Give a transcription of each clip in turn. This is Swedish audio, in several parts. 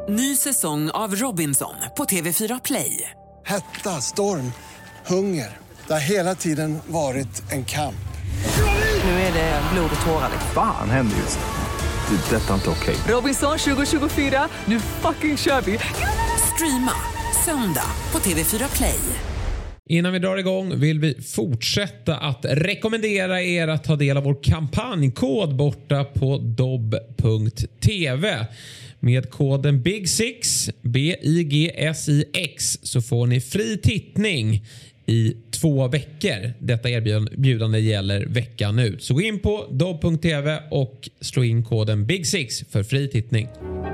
Ny säsong av Robinson på TV4 Play. Hetta, storm, hunger. Det har hela tiden varit en kamp. Nu är det blod och tårar. Fan händer just nu. Det. Detta är inte okej. Robinson 2024, nu fucking kör vi. Streama söndag på TV4 Play. Innan vi drar igång vill vi fortsätta att rekommendera er att ta del av vår kampanjkod borta på dobb.tv. Med koden BIG6, BIGSIX, så får ni fri tittning i 2 veckor. Detta erbjudande gäller veckan ut. Så gå in på dobb.tv och slå in koden BIG6 för fri tittning.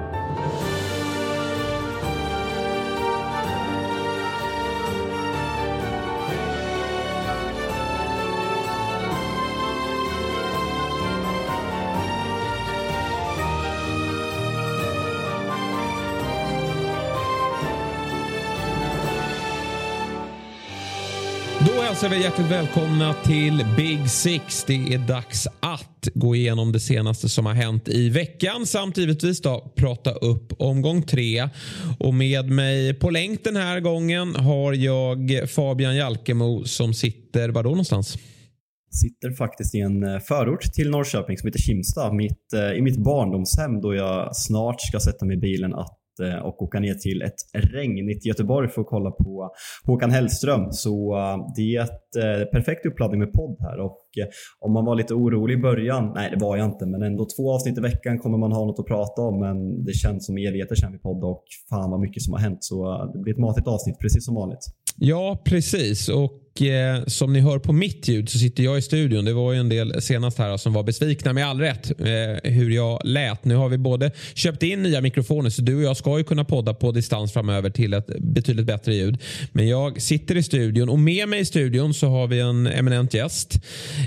Då hälsar vi hjärtligt välkomna till Big Six. Det är dags att gå igenom det senaste som har hänt i veckan. Samt givetvis då prata upp omgång 3. Och med mig på länk den här gången har jag Fabian Jalkemo som sitter, var då någonstans? Sitter faktiskt i en förort till Norrköping som heter Kimstad. I mitt barndomshem då jag snart ska sätta mig i bilen och åka ner till ett regnigt Göteborg för att kolla på Håkan Hellström. Så det är ett perfekt uppladdning med podd här. Och om man var lite orolig i början, nej det var jag inte, men ändå 2 avsnitt i veckan kommer man ha något att prata om. Men det känns som evigheter sedan vi poddade och fan vad mycket som har hänt. Så det blir ett matigt avsnitt precis som vanligt. Ja, precis. Och som ni hör på mitt ljud så sitter jag i studion. Det var ju en del senast här som var besvikna med all rätt hur jag lät. Nu har vi både köpt in nya mikrofoner så du och jag ska ju kunna podda på distans framöver till ett betydligt bättre ljud. Men jag sitter i studion och med mig i studion så har vi en eminent gäst.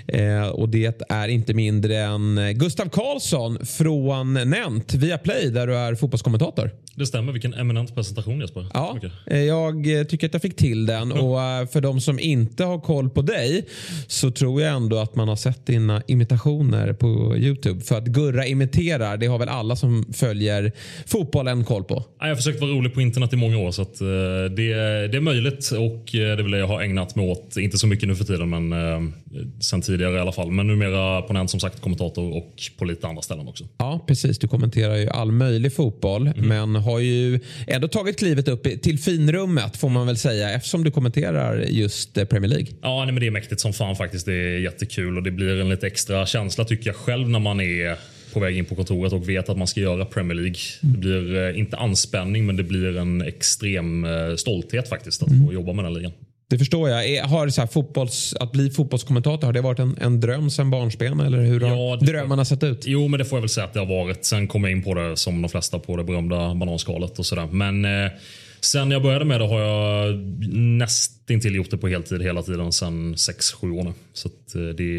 Och det är inte mindre än Gustav Karlsson från Nent via Play där du är fotbollskommentator. Det stämmer, vilken eminent presentation Jesper. Ja, jag tycker att jag fick till den och för de som inte har koll på dig så tror jag ändå att man har sett dina imitationer på YouTube. För att Gurra imiterar, det har väl alla som följer fotbollen koll på. Jag har försökt vara rolig på internet i många år så att det är möjligt och det vill jag ha ägnat mig åt, inte så mycket nu för tiden men sen tidigare i alla fall. Men numera på Nent som sagt kommentator och på lite andra ställen också. Ja, precis. Du kommenterar ju all möjlig fotboll men har ju ändå tagit klivet upp till finrummet får man väl säga eftersom du kommenterar just Premier League. Ja, nej, men det är mäktigt som fan faktiskt. Det är jättekul och det blir en lite extra känsla tycker jag själv när man är på väg in på kontoret och vet att man ska göra Premier League. Det blir inte anspänning men det blir en extrem stolthet faktiskt att få jobba med den ligan. Det förstår jag. Har så här att bli fotbollskommentator, har det varit en dröm sedan barnsben eller hur har drömmarna sett ut? Jo, men det får jag väl säga att det har varit. Sen kom jag in på det som de flesta på det berömda bananskalet och sådär. Men sen jag började med det har jag nästintill gjort det på heltid hela tiden sen 6-7 år nu. Så att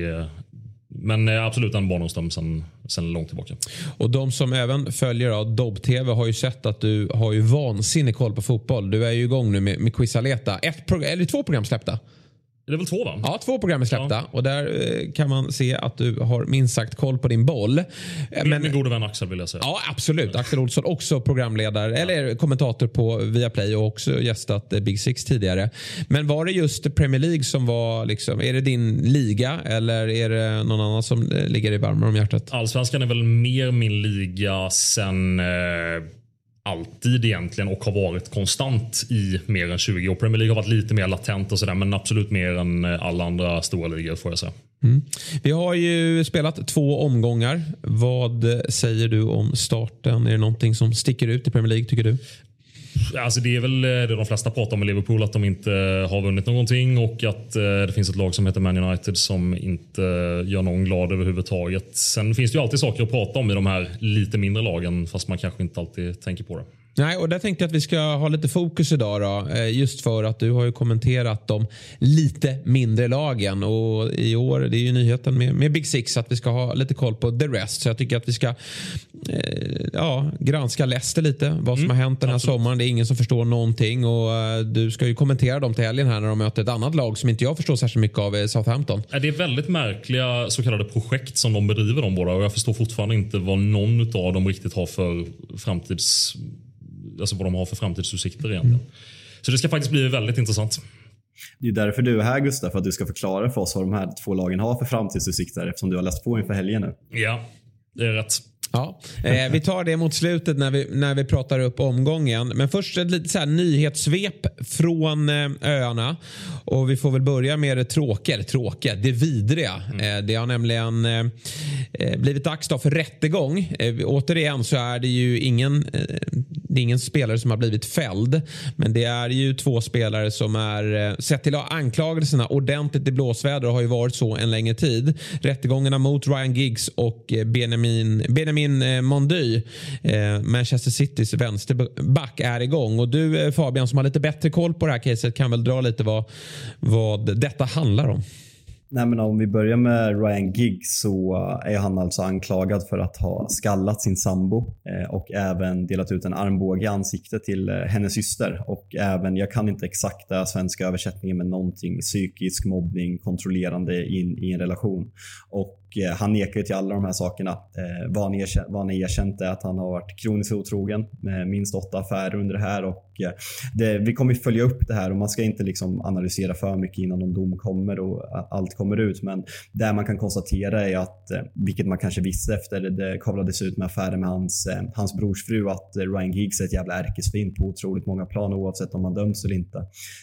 men absolut en barndomsdröm sen långt tillbaka. Och de som även följer Dobb TV har ju sett att du har ju vansinnig koll på fotboll. Du är ju igång nu med Quizaleta. Eller 2 program släppta. Det är väl 2 va? Ja, 2 program är släppta. Ja. Och där kan man se att du har minst sagt koll på din boll. Min gode vän Axel vill jag säga. Ja, absolut. Axel Olsson också programledare eller kommentator på Viaplay och också gästat Big Six tidigare. Men var det just Premier League som var liksom, är det din liga eller är det någon annan som ligger i varmare om hjärtat? Allsvenskan är väl mer min liga sen alltid egentligen och har varit konstant i mer än 20 år. Premier League har varit lite mer latent och sådär men absolut mer än alla andra stora ligor får jag säga. Vi har ju spelat 2 omgångar. Vad säger du om starten? Är det någonting som sticker ut i Premier League tycker du? Alltså det är väl det de flesta pratar om i Liverpool att de inte har vunnit någonting och att det finns ett lag som heter Man United som inte gör någon glad överhuvudtaget. Sen finns det ju alltid saker att prata om i de här lite mindre lagen fast man kanske inte alltid tänker på det. Nej, och där tänkte jag att vi ska ha lite fokus idag då. Just för att du har ju kommenterat de lite mindre lagen. Och i år, det är ju nyheten med Big Six att vi ska ha lite koll på the rest. Så jag tycker att vi ska granska Leicester lite. Vad som har hänt den här sommaren. Det är ingen som förstår någonting. Och du ska ju kommentera dem till helgen här när de möter ett annat lag som inte jag förstår särskilt mycket av, Southampton. Det är väldigt märkliga så kallade projekt som de bedriver de båda. Och jag förstår fortfarande inte vad någon av dem riktigt har för alltså vad de har för framtidsutsikter egentligen. Så det ska faktiskt bli väldigt intressant. Det är därför du är här, Gustav, för att du ska förklara för oss vad de här 2 lagen har för framtidsutsikter, eftersom du har läst på inför helgen nu. Ja, det är rätt. Ja, vi tar det mot slutet när vi pratar upp omgången. Men först ett litet så här nyhetssvep från öarna. Och vi får väl börja med det tråkiga, det vidriga. Det har nämligen blivit dags då för rättegång. Återigen så är det ju ingen spelare som har blivit fälld. Men det är ju 2 spelare som är sett till anklagelserna ordentligt i blåsväder och har ju varit så en längre tid. Rättegångarna mot Ryan Giggs och Benjamin Mondy, Manchester Citys vänsterback, är igång. Och du, Fabian, som har lite bättre koll på det här caset, kan väl dra lite vad detta handlar om. Nej, men om vi börjar med Ryan Giggs, så är han alltså anklagad för att ha skallat sin sambo och även delat ut en armbåge i ansiktet till hennes syster. Och även, jag kan inte exakta svenska översättningen, men någonting psykisk mobbning, kontrollerande i en relation. Och han nekar till alla de här sakerna. Vad han erkänt är att han har varit kroniskt otrogen med minst 8 affärer under det här. Och vi kommer följa upp det här, och man ska inte liksom analysera för mycket innan någon dom kommer och allt kommer ut. Men det man kan konstatera är att, vilket man kanske visste efter det kavlades ut med affären med hans brors fru, att Ryan Giggs är ett jävla ärkesvin på otroligt många plan, oavsett om man döms eller inte.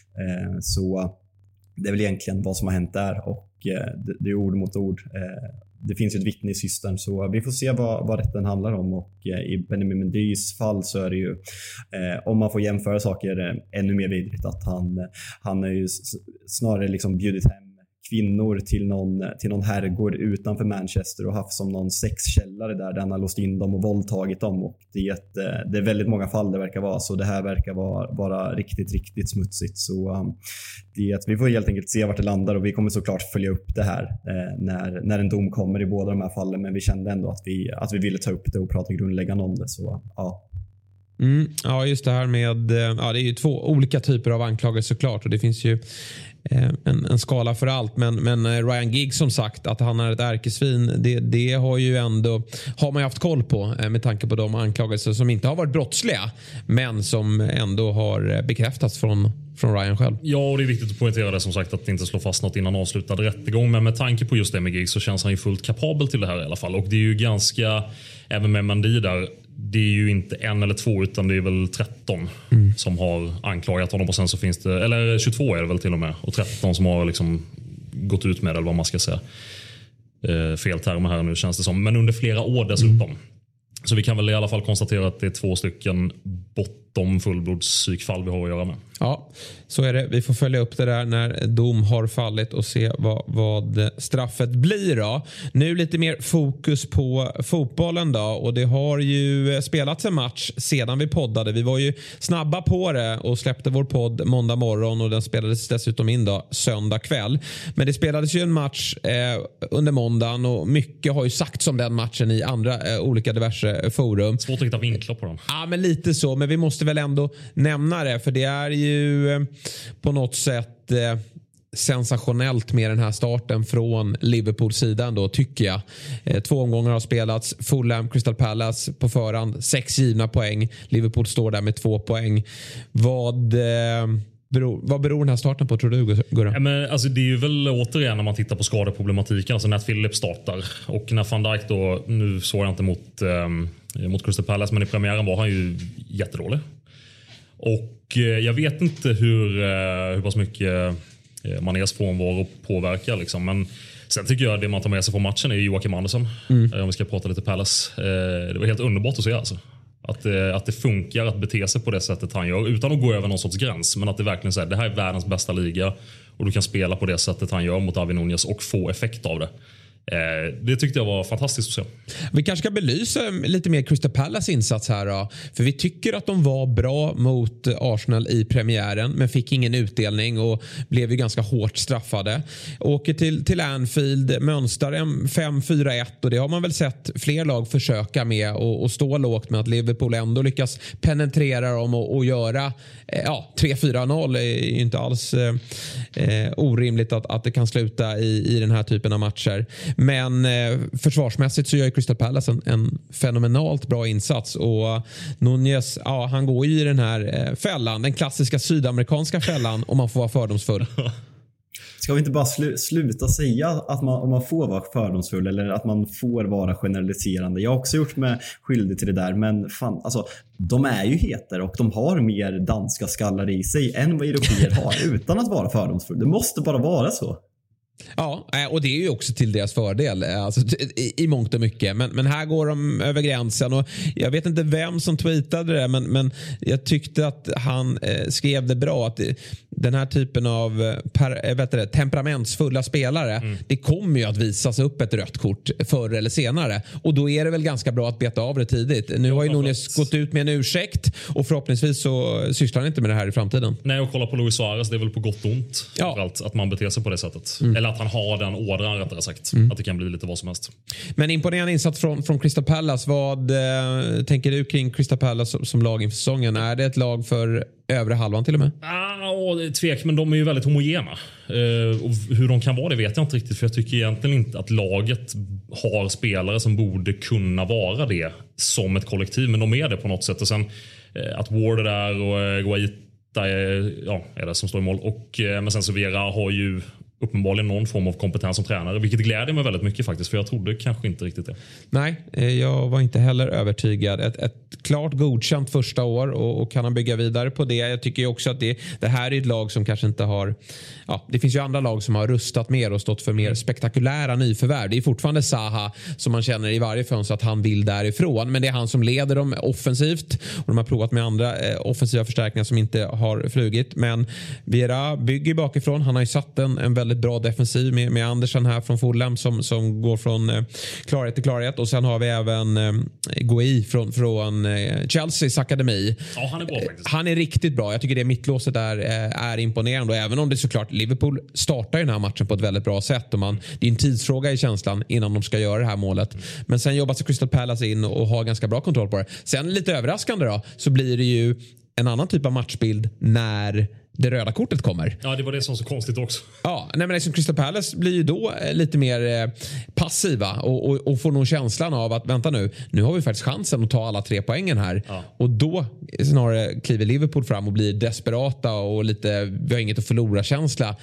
Så det är väl egentligen vad som har hänt där, och det är ord mot ord. Det finns ju ett vittne i systern, så vi får se vad rätten handlar om. Och i Benjamin Mendys fall så är det ju, om man får jämföra saker, ännu mer vidrigt att han är ju snarare liksom bjudit hem kvinnor till någon herrgård utanför Manchester och haft som någon sexkällare där han har låst in dem och våldtagit dem. Och det är väldigt många fall det verkar vara, så det här verkar vara riktigt, riktigt smutsigt. Så vi får helt enkelt se vart det landar, och vi kommer såklart följa upp det här när en dom kommer i båda de här fallen. Men vi kände ändå att vi ville ta upp det och prata grundläggande om det, så ja. Ja, just det här med det är ju 2 olika typer av anklagelser såklart, och det finns ju en skala för allt, men Ryan Giggs, som sagt, att han är ett ärkesvin, det har man ju haft koll på med tanke på de anklagelser som inte har varit brottsliga, men som ändå har bekräftats från Ryan själv. Ja, och det är viktigt att poängtera det, som sagt, att inte slå fast något innan avslutad rättegång, men med tanke på just det med Giggs så känns han ju fullt kapabel till det här i alla fall. Och det är ju ganska, även med Mendy där, det är ju inte 1 eller 2 utan det är väl 13 som har anklagat honom, och sen så finns det, eller 22 är det väl till och med, och 13 som har liksom gått ut med det, eller vad man ska säga. Fel termer här nu känns det som, men under flera år dessutom. Så vi kan väl i alla fall konstatera att det är 2 stycken bottom fullblodspsykfall vi har att göra med. Ja, så är det. Vi får följa upp det där när dom har fallit och se vad straffet blir då. Nu lite mer fokus på fotbollen då, och det har ju spelats en match sedan vi poddade. Vi var ju snabba på det och släppte vår podd måndag morgon, och den spelades dessutom in då söndag kväll. Men det spelades ju en match under måndagen, och mycket har ju sagts om den matchen i andra olika diverse forum. Svårt att hitta vinklar på dem. Ja, men lite så, men vi måste väl ändå nämna det, för det är ju på något sätt sensationellt med den här starten från Liverpool-sidan då, tycker jag. 2 omgångar har spelats. Fulham, Crystal Palace på förhand, 6 givna poäng. Liverpool står där med 2 poäng. Vad beror den här starten på, tror du, Gurra? Ja, men alltså, det är ju väl återigen när man tittar på skadeproblematiken, alltså när Philip startar och när Van Dijk då, nu såg jag inte mot Crystal Palace, men i premiären var han ju jättedålig. Och jag vet inte hur pass mycket Manés frånvaro påverkar liksom. Men sen tycker jag det man tar med sig från matchen är Joakim Andersson. Om vi ska prata lite Palace. Det var helt underbart att se alltså. Att det funkar att bete sig på det sättet han gör utan att gå över någon sorts gräns. Men att det verkligen säger det här är världens bästa liga och du kan spela på det sättet han gör mot Darwin Núñez och få effekt av det. Det tyckte jag var fantastiskt att se. Vi kanske ska belysa lite mer Crystal Palace insats här då. För vi tycker att de var bra mot Arsenal i premiären, men fick ingen utdelning och blev ju ganska hårt straffade. Åker till Anfield, mönstrar en 5-4-1, och det har man väl sett fler lag försöka med och stå lågt med, att Liverpool ändå lyckas penetrera dem och göra 3-4-0 är ju inte alls orimligt att det kan sluta i den här typen av matcher. Men försvarsmässigt så gör ju Crystal Palace en fenomenalt bra insats. Och Nunez, han går ju i den här fällan, den klassiska sydamerikanska fällan, om man får vara fördomsfull. Ska vi inte bara sluta säga att om man får vara fördomsfull eller att man får vara generaliserande? Jag har också gjort mig skyldig till det där, men fan, alltså, de är ju heter och de har mer danska skallar i sig än vad europeer har, utan att vara fördomsfull. Det måste bara vara så. Ja, och det är ju också till deras fördel, alltså, i mångt och mycket. Men här går de över gränsen, och jag vet inte vem som tweetade det, men jag tyckte att han skrev det bra, att den här typen av temperamentsfulla spelare, det kommer ju att visas upp ett rött kort förr eller senare, och då är det väl ganska bra att beta av det tidigt. Nu har ju Nunez gått ut med en ursäkt, och förhoppningsvis så sysslar han inte med det här i framtiden. Nej, och kolla på Luis Suarez, det är väl på gott och ont, att man beter sig på det sättet. Eller att han har den ådran, rättare sagt. Att det kan bli lite vad som helst. Men imponerande insats från Crystal Palace. Vad tänker du kring Crystal Palace som lag inför säsongen? Är det ett lag för övre halvan till och med? Tvek, men de är ju väldigt homogena. Och hur de kan vara det vet jag inte riktigt, för jag tycker egentligen inte att laget har spelare som borde kunna vara det som ett kollektiv, men de är det på något sätt. Och sen att Ward är där och Guaita är det som står i mål, och men sen så Vera har ju uppenbarligen någon form av kompetens som tränare, vilket gläder mig väldigt mycket faktiskt, för jag trodde kanske inte riktigt det. Nej, jag var inte heller övertygad. Ett klart godkänt första år, och kan han bygga vidare på det. Jag tycker ju också att det här är ett lag som kanske inte har, det finns ju andra lag som har rustat mer och stått för mer spektakulära nyförvärv. Det är fortfarande Zaha som man känner i varje fönster att han vill därifrån, men det är han som leder dem offensivt, och de har provat med andra offensiva förstärkningar som inte har flugit. Men Vera bygger bakifrån. Han har ju satt en väldigt bra defensiv med Andersen här från Fulham som går från klarhet till klarhet, och sen har vi även Goi från Chelseas akademi. Ja, han är bra faktiskt. Han är riktigt bra. Jag tycker det mittlåset där är imponerande, och även om det såklart Liverpool startar ju den här matchen på ett väldigt bra sätt, och det är en tidsfråga i känslan innan de ska göra det här målet. Men sen jobbar sig Crystal Palace in och har ganska bra kontroll på det. Sen lite överraskande då, så blir det ju en annan typ av matchbild när det röda kortet kommer. Ja, det var det som var så konstigt också. Ja, nej, men liksom Crystal Palace blir ju då lite mer passiva och får nog känslan av att vänta nu har vi faktiskt chansen att ta alla 3 poängen här. Ja. Och då snarare kliver Liverpool fram och blir desperata, och lite vi har inget att förlora känsla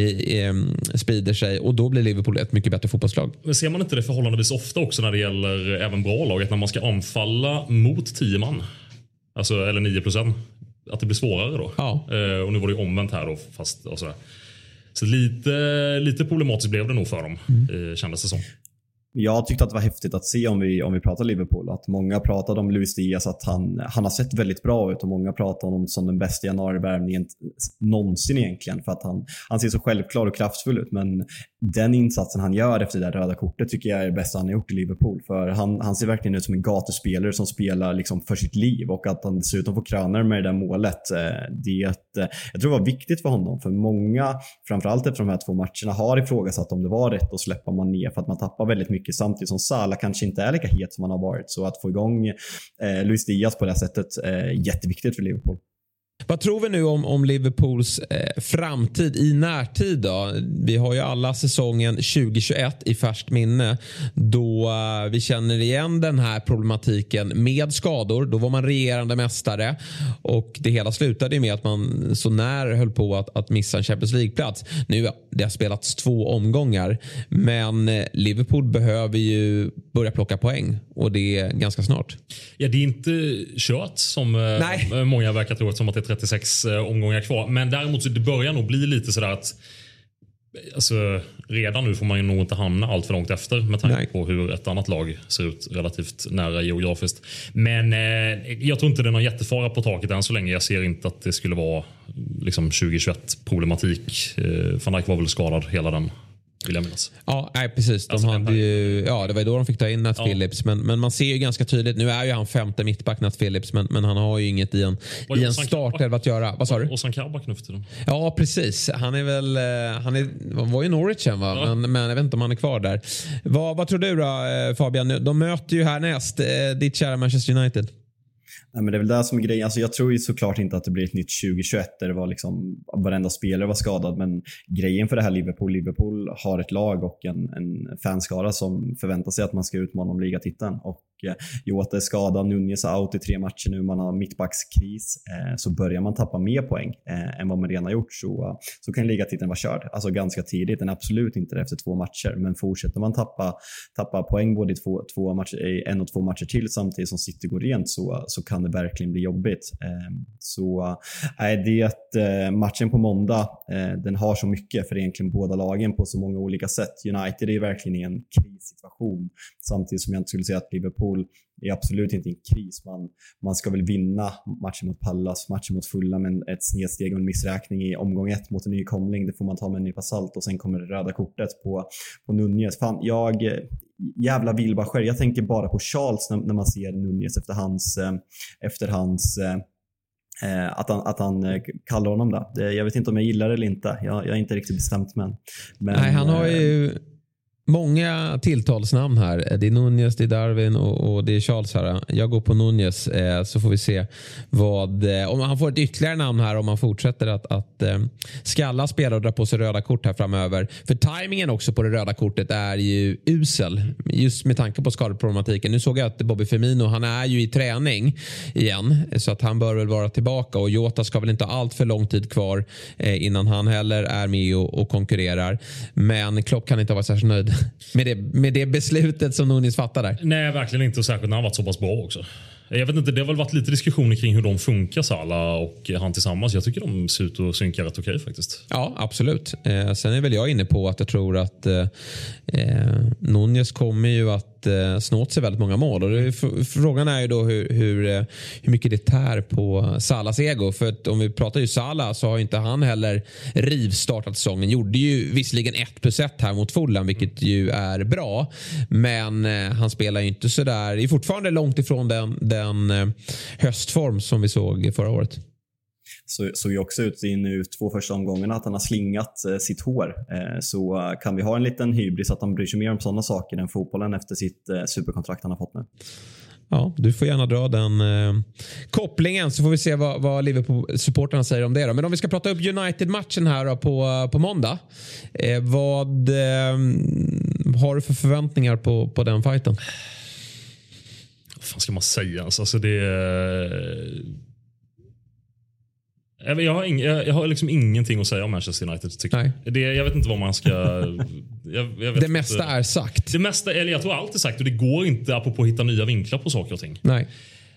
sprider sig, och då blir Liverpool ett mycket bättre fotbollslag. Men ser man inte det förhållandevis ofta också när det gäller även bra laget, när man ska anfalla mot 10 man, alltså eller 9%, att det blir svårare då. Ja. Och nu var det ju omvänt här då, fast och sådär. Så lite problematiskt blev det nog för dem, kändes det som. Jag tyckte att det var häftigt att se, om vi pratar Liverpool, att många pratade om Luis Diaz, att han har sett väldigt bra ut, och många pratar om honom som den bästa januarivärvningen någonsin egentligen, för att han ser så självklar och kraftfull ut. Men den insatsen han gör efter det där röda kortet tycker jag är det bästa han har gjort i Liverpool, för han ser verkligen ut som en gatuspelare som spelar liksom för sitt liv, och att han dessutom får kröna med det där målet, jag tror det var viktigt för honom, för många, framförallt efter de här 2 matcherna, har ifrågasatt om det var rätt att släppa Mané, för att man tappar väldigt mycket, samtidigt som Salah kanske inte är lika het som han har varit. Så att få igång Luis Diaz på det här sättet är jätteviktigt för Liverpool. Vad tror vi nu om Liverpools framtid i närtid då? Vi har ju alla säsongen 2021 i färskt minne, då vi känner igen den här problematiken med skador. Då var man regerande mästare, och det hela slutade med att man så när höll på att missa en Champions League-plats. Nu det har spelats 2 omgångar, men Liverpool behöver ju börja plocka poäng, och det är ganska snart. Ja, det är inte kört som många verkar tro, som att det är 36 omgångar kvar. Men däremot så det börjar nog bli lite sådär att alltså, redan nu får man ju nog inte hamna allt för långt efter, med tanke på hur ett annat lag ser ut relativt nära geografiskt. Men jag tror inte det är någon jättefara på taket än så länge. Jag ser inte att det skulle vara liksom 2021 problematik. Van Dijk var väl skadad hela den, vill jag minnas. Ja, nej, precis. De hade ju, det var ju då de fick ta in Nat Phillips. Men man ser ju ganska tydligt, nu är ju han 5:e mittback Nat Phillips, men han har ju inget i en startelva att göra. Vad sa du? Och San Kabak nu för tiden. Ja, precis. Han är väl han var ju Norwich va? Ja. Men jag vet inte om han är kvar där. Vad tror du då, Fabian? De möter ju härnäst ditt kära Manchester United. Nej, men det är väl det som är grejen. Alltså, jag tror ju såklart inte att det blir ett nytt 2021 där det var liksom varenda spelare var skadad, men grejen för det här Liverpool har ett lag och en fanskara som förväntar sig att man ska utmana om ligatiteln, och Jota är skadad, Nunez är out i 3 matcher nu, man har mittbackskris, så börjar man tappa mer poäng än vad man redan har gjort, så kan ligatiteln vara körd. Alltså ganska tidigt, den är absolut inte det efter 2 matcher, men fortsätter man tappa poäng både i 1 och 2 matcher till samtidigt som City går rent, så kan det verkligen bli jobbigt. Matchen på måndag, den har så mycket för egentligen båda lagen på så många olika sätt. United är verkligen i en krissituation, samtidigt som jag inte skulle säga att Liverpool är absolut inte i en kris. Man ska väl vinna matchen mot Pallas, matchen mot Fulham, men ett snedsteg och en missräkning i omgång 1 mot en nykomling, det får man ta med en nypa salt, och sen kommer det röda kortet på Nunez. Fan, jävla Wilbacher. Jag tänker bara på Charles när man ser Nunez efter hans att han kallar honom det. Jag vet inte om jag gillar det eller inte. Jag är inte riktigt bestämt, men nej, han har ju många tilltalsnamn här. Det är Nunez, det är Darwin och det är Charles här. Jag går på Nunez, så får vi se om han får ett ytterligare namn här, om han fortsätter att skalla spelare och dra på sig röda kort här framöver. För tajmingen också på det röda kortet är ju usel, just med tanke på skadeproblematiken. Nu såg jag att Bobby Firmino, han är ju i träning igen, så att han bör väl vara tillbaka, och Jota ska väl inte ha allt för lång tid kvar innan han heller är med och konkurrerar. Men Klopp kan inte vara särskilt nöjd med det beslutet som Nunez fattar där. Nej, verkligen inte, särskilt när han varit så pass bra också. Jag vet inte, det har väl varit lite diskussioner kring hur de funkar, Salah och han tillsammans. Jag tycker de ser ut att synka rätt okej faktiskt. Ja, absolut. Sen är väl jag inne på att jag tror att Nunez kommer ju att snå åt sig väldigt många mål. Och frågan är ju då hur mycket det tär på Salahs ego. För att om vi pratar ju Salah, så har inte han heller rivstartat säsongen. Gjorde ju visserligen 1+1 här mot Fulham, vilket ju är bra. Men han spelar ju inte sådär. Det är fortfarande långt ifrån den höstform som vi såg förra året. Såg ju också ut i nu 2 första omgångarna att han har slingat sitt hår. Så kan vi ha en liten hybris att han bryr sig mer om sådana saker än fotbollen efter sitt superkontrakt han har fått nu. Ja, du får gärna dra den kopplingen, så får vi se vad Liverpool-supporterna säger om det då. Men om vi ska prata upp United-matchen här då, på måndag. Vad har du för förväntningar på den fighten? Vad fan ska man säga? Alltså det jag har liksom ingenting att säga om Manchester United, tycker jag. Jag vet inte vad man ska... Jag vet det mesta är sagt. Det mesta, eller jag tror allt är sagt, och det går inte apropå att hitta nya vinklar på saker och ting. Nej.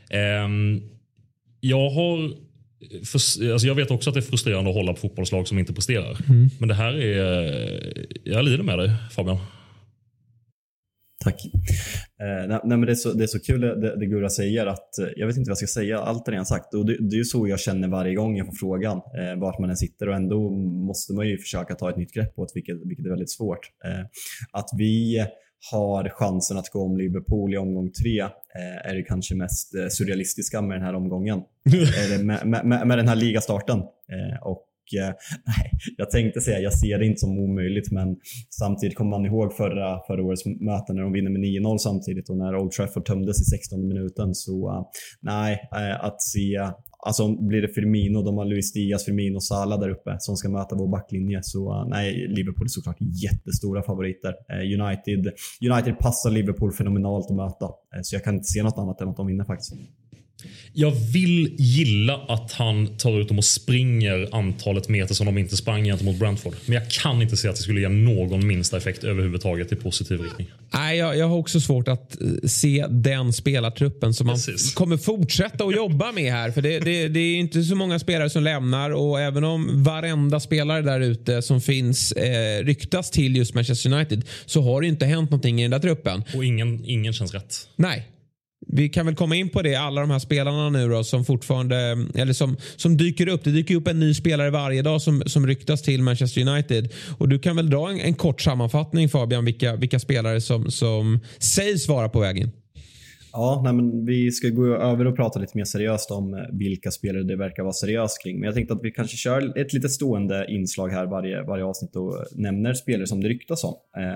Alltså jag vet också att det är frustrerande att hålla på fotbollslag som inte presterar. Men det här är... Jag lider med dig, Fabian. Tack. Nej, men det är så kul det Gura säger, att jag vet inte vad jag ska säga, allt är redan sagt, och det är ju så jag känner varje gång jag får frågan vart man än sitter, och ändå måste man ju försöka ta ett nytt grepp på det, vilket är väldigt svårt. Att vi har chansen att gå om Liverpool i omgång 3 är det kanske mest surrealistiska med den här omgången, med den här ligastarten. Och nej, jag tänkte säga, jag ser det inte som omöjligt, men samtidigt kommer man ihåg förra årets möten när de vinner med 9-0 samtidigt, och när Old Trafford tömdes i 16 minuten, så nej, att se, alltså blir det Firmino, de har Luis Diaz, Firmino, Salah där uppe som ska möta vår backlinje, så nej, Liverpool är såklart jättestora favoriter. United passar Liverpool fenomenalt att möta, så jag kan inte se något annat än att de vinner faktiskt. Jag vill gilla att han tar ut dem och springer antalet meter som de inte sprang gentemot Brentford. Men jag kan inte se att det skulle ge någon minsta effekt överhuvudtaget i positiv riktning. Nej, jag har också svårt att se den spelartruppen som man kommer fortsätta att jobba med här. För det är inte så många spelare som lämnar, och även om varenda spelare där ute som finns ryktas till just Manchester United, så har det inte hänt någonting i den där truppen. Och ingen känns rätt. Nej. Vi kan väl komma in på det, alla de här spelarna nu då, som fortfarande, eller som dyker upp. Det dyker upp en ny spelare varje dag som ryktas till Manchester United. Och du kan väl dra en kort sammanfattning, Fabian, vilka spelare som sägs vara på vägen. Ja, nej, men vi ska gå över och prata lite mer seriöst om vilka spelare det verkar vara seriöst kring. Men jag tänkte att vi kanske kör ett lite stående inslag här varje avsnitt och nämner spelare som det ryktas om. Och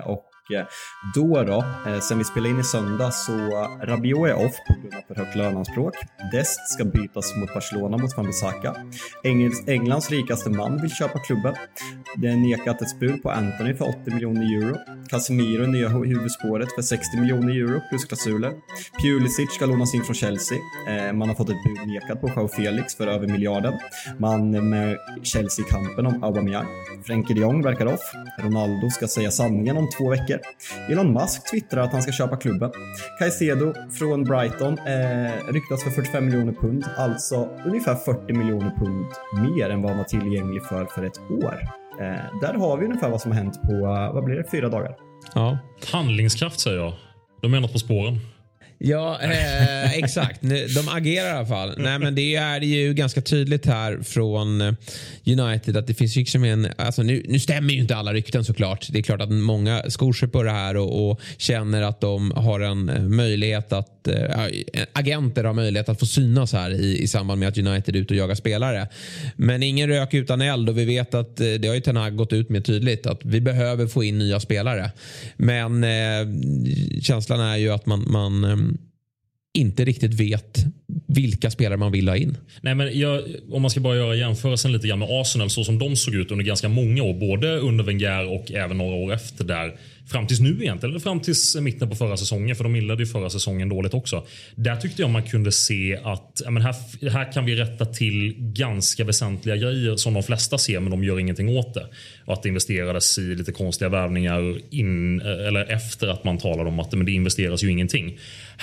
då, sen vi spelade in i söndag så Rabiot är off på grund av för högt löneanspråk. Dest ska bytas mot Barcelona mot Wan-Bissaka. Englands rikaste man vill köpa klubben. Det är nekat ett spel på Anthony för 80 miljoner euro. Casemiro nya huvudspåret för 60 miljoner euro plus klausuler. Pulisic ska lånas in från Chelsea. Man har fått ett bud nekat på Joao Felix för över miljarden. Man med Chelsea-kampen om Aubameyang. Frenkie de Jong verkar off. Ronaldo ska säga sanningen om 2 veckor. Elon Musk twittrar att han ska köpa klubben. Caicedo från Brighton ryktas för 45 miljoner pund. Alltså ungefär 40 miljoner pund mer än vad han var tillgänglig för ett år. Där har vi ungefär vad som har hänt på, vad blir det, 4 dagar. Ja. Handlingskraft säger jag. De är något på spåren. Ja, exakt. De agerar i alla fall. Nej, men det är ju ganska tydligt här från United att det finns liksom alltså nu stämmer ju inte alla rykten såklart. Det är klart att många skor sig på det här och känner att de har en möjlighet att agenter har möjlighet att få synas här i samband med att United är ute och jagar spelare. Men ingen rök utan eld, och vi vet att det har ju Ten Hag gått ut med tydligt att vi behöver få in nya spelare. Men känslan är ju att man inte riktigt vet vilka spelare man vill ha in. Nej, men om man ska bara göra jämförelsen lite grann med Arsenal så som de såg ut under ganska många år, både under Wenger och även några år efter där, fram tills nu egentligen, eller fram tills mitten på förra säsongen, för de gillade ju förra säsongen dåligt också. Där tyckte jag man kunde se att här kan vi rätta till ganska väsentliga grejer som de flesta ser, men de gör ingenting åt det. Och att det investerades i lite konstiga värvningar eller efter att man talade om att det investeras ju ingenting.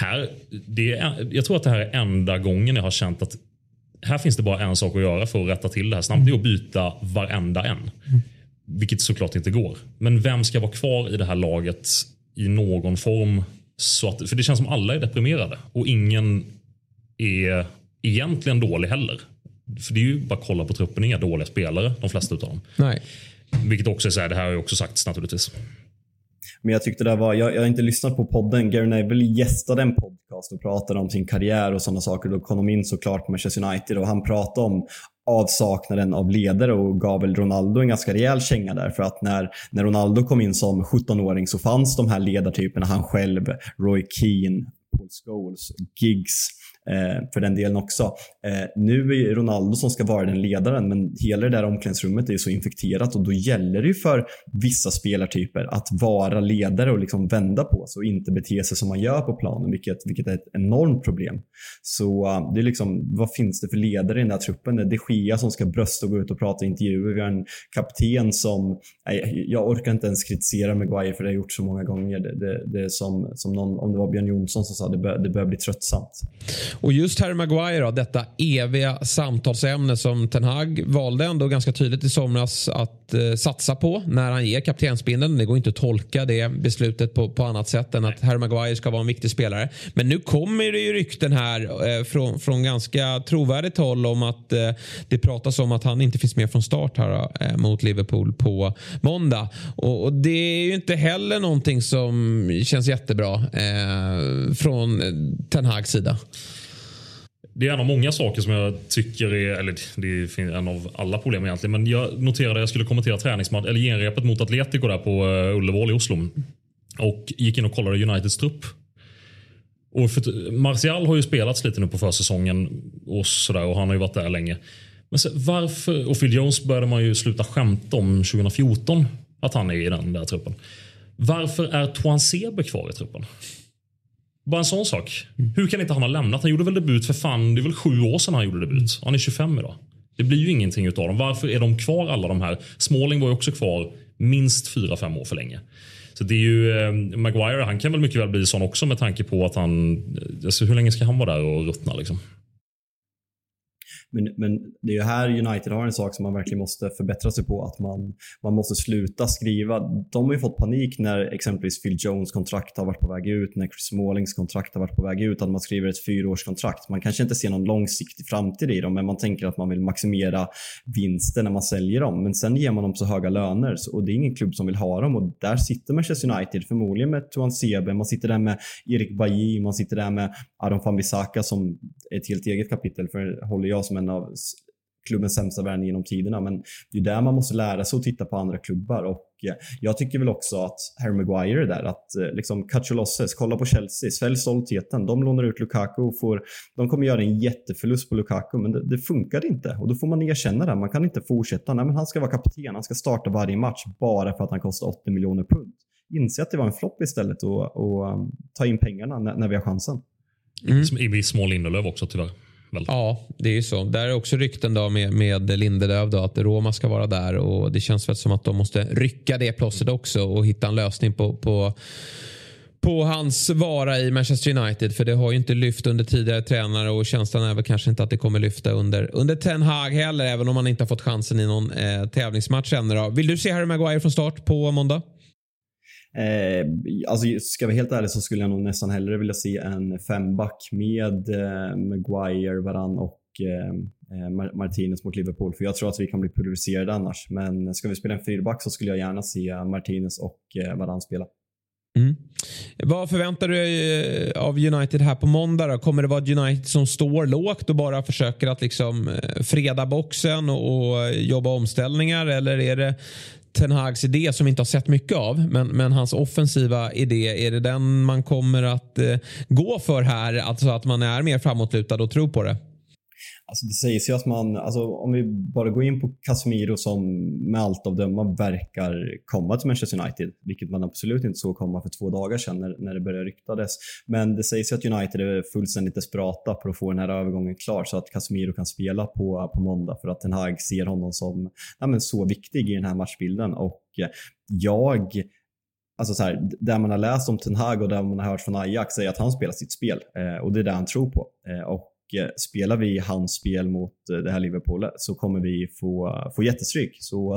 Jag tror att det här är enda gången jag har känt att här finns det bara en sak att göra för att rätta till det här snabbt. Det är att byta varenda en. Vilket såklart inte går. Men vem ska vara kvar i det här laget i någon form? För det känns som alla är deprimerade. Och ingen är egentligen dålig heller. För det är ju bara att kolla på truppen. Inga dåliga spelare, de flesta utav dem. Nej. Vilket också är så här, det här har ju också sagts naturligtvis. Men jag tyckte det var, jag har inte lyssnat på podden. Gary Neville gästade en podcast och pratade om sin karriär och sådana saker. Då kom de in såklart på Manchester United och han pratade om avsaknaden av ledare och gav väl Ronaldo en ganska rejäl känga där. För att när Ronaldo kom in som 17-åring så fanns de här ledartyperna, han själv, Roy Keane, Paul Scholes, Giggs, för den delen också. Nu är Ronaldo som ska vara den ledaren, men hela det där omklädningsrummet är ju så infekterat och då gäller det ju för vissa spelartyper att vara ledare och liksom vända på sig och inte bete sig som man gör på planen, vilket är ett enormt problem. Så det är liksom, vad finns det för ledare i den här truppen? Det är De Gea som ska brösta och gå ut och prata i intervjuer. Vi har en kapten som, jag orkar inte ens kritisera Maguire för det har gjort så många gånger. Det är som någon, om det var Björn Jonsson som sa, det börjar bli tröttsamt. Och just Harry Maguire då, detta eviga samtalsämne som Ten Hag valde ändå ganska tydligt i somras att satsa på när han ger kaptensbindeln. Det går inte att tolka det beslutet på annat sätt än att Harry Maguire ska vara en viktig spelare. Men nu kommer det ju rykten här från ganska trovärdigt håll om att det pratas om att han inte finns med från start här mot Liverpool på måndag. Och det är ju inte heller någonting som känns jättebra från Ten Hags sida. Det är en av många saker som jag tycker det är en av alla problem egentligen, men jag noterade att jag skulle kommentera träningsmatch eller genrepet mot Atletico där på Ullevål i Oslo och gick in och kollade Uniteds trupp. Och Martial har ju spelats lite nu på försäsongen och sådär, och han har ju varit där länge. Men så, varför, och Phil Jones började man ju sluta skämta om 2014 att han är i den där truppen. Varför är Toine Sebe kvar i truppen? Bara en sån sak. Hur kan inte han ha lämnat? Han gjorde väl debut för fan, det är väl 7 år sedan han gjorde debut. Han är 25 idag. Det blir ju ingenting utav dem. Varför är de kvar alla de här? Smalling var ju också kvar minst 4-5 år för länge. Så det är ju Maguire, han kan väl mycket väl bli sån också med tanke på att han, alltså hur länge ska han vara där och ruttna liksom? Men det är ju här United har en sak som man verkligen måste förbättra sig på, att man måste sluta skriva. De har ju fått panik när exempelvis Phil Jones kontrakt har varit på väg ut, när Chris Smallings kontrakt har varit på väg ut, att man skriver ett 4-årskontrakt. Man kanske inte ser någon långsiktig framtid i dem, men man tänker att man vill maximera vinsten när man säljer dem. Men sen ger man dem så höga löner och det är ingen klubb som vill ha dem, och där sitter Manchester United förmodligen med Toine Sebe, man sitter där med Eric Bailly, man sitter där med Aaron Wan-Bissaka som är ett helt eget kapitel, för håller jag som en av klubbens sämsta värvning genom tiderna. Men det är där man måste lära sig att titta på andra klubbar, och jag tycker väl också att Harry Maguire är där, att liksom cut your losses, kolla på Chelsea, svälj stoltheten, de lånar ut Lukaku och de kommer göra en jätteförlust på Lukaku, men det funkar inte, och då får man erkänna det. Man kan inte fortsätta, nej men han ska vara kapten, han ska starta varje match bara för att han kostar 80 miljoner pund. Inse att det var en flopp istället och ta in pengarna när vi har chansen. I viss mån Lindelöf också tyvärr. Väl. Ja, det är ju så. Där är också rykten då med Lindelöf då, att Roma ska vara där, och det känns väl som att de måste rycka det plåstret också och hitta en lösning på hans vara i Manchester United, för det har ju inte lyft under tidigare tränare, och känslan är väl kanske inte att det kommer lyfta under Ten Hag heller, även om man inte har fått chansen i någon tävlingsmatch ännu då. Vill du se Harry Maguire från start på måndag? Alltså ska vi helt ärlig så skulle jag nog nästan hellre vilja se en femback med Maguire, Varane och Martinez mot Liverpool, för jag tror att vi kan bli pulveriserade annars. Men ska vi spela en fyrback så skulle jag gärna se Martinez och Varane spela. Vad förväntar du dig av United här på måndag då? Kommer det vara United som står lågt och bara försöker att liksom freda boxen och jobba omställningar, eller är det Ten Hags idé som inte har sett mycket av, men hans offensiva idé, är det den man kommer att gå för här, alltså att man är mer framåtlutad och tror på det? Alltså det sägs ju att om vi bara går in på Casemiro, som med allt av döma verkar komma till Manchester United, vilket man absolut inte såg komma för 2 dagar sedan när det började ryktades. Men det sägs ju att United är fullständigt desperata på att få den här övergången klar, så att Casemiro kan spela på måndag, för att Ten Hag ser honom som så viktig i den här matchbilden. Och där man har läst om Ten Hag och där man har hört från Ajax är att han spelar sitt spel, och det är det han tror på. Och spelar vi hans spel mot det här Liverpool så kommer vi få jättestryk. Så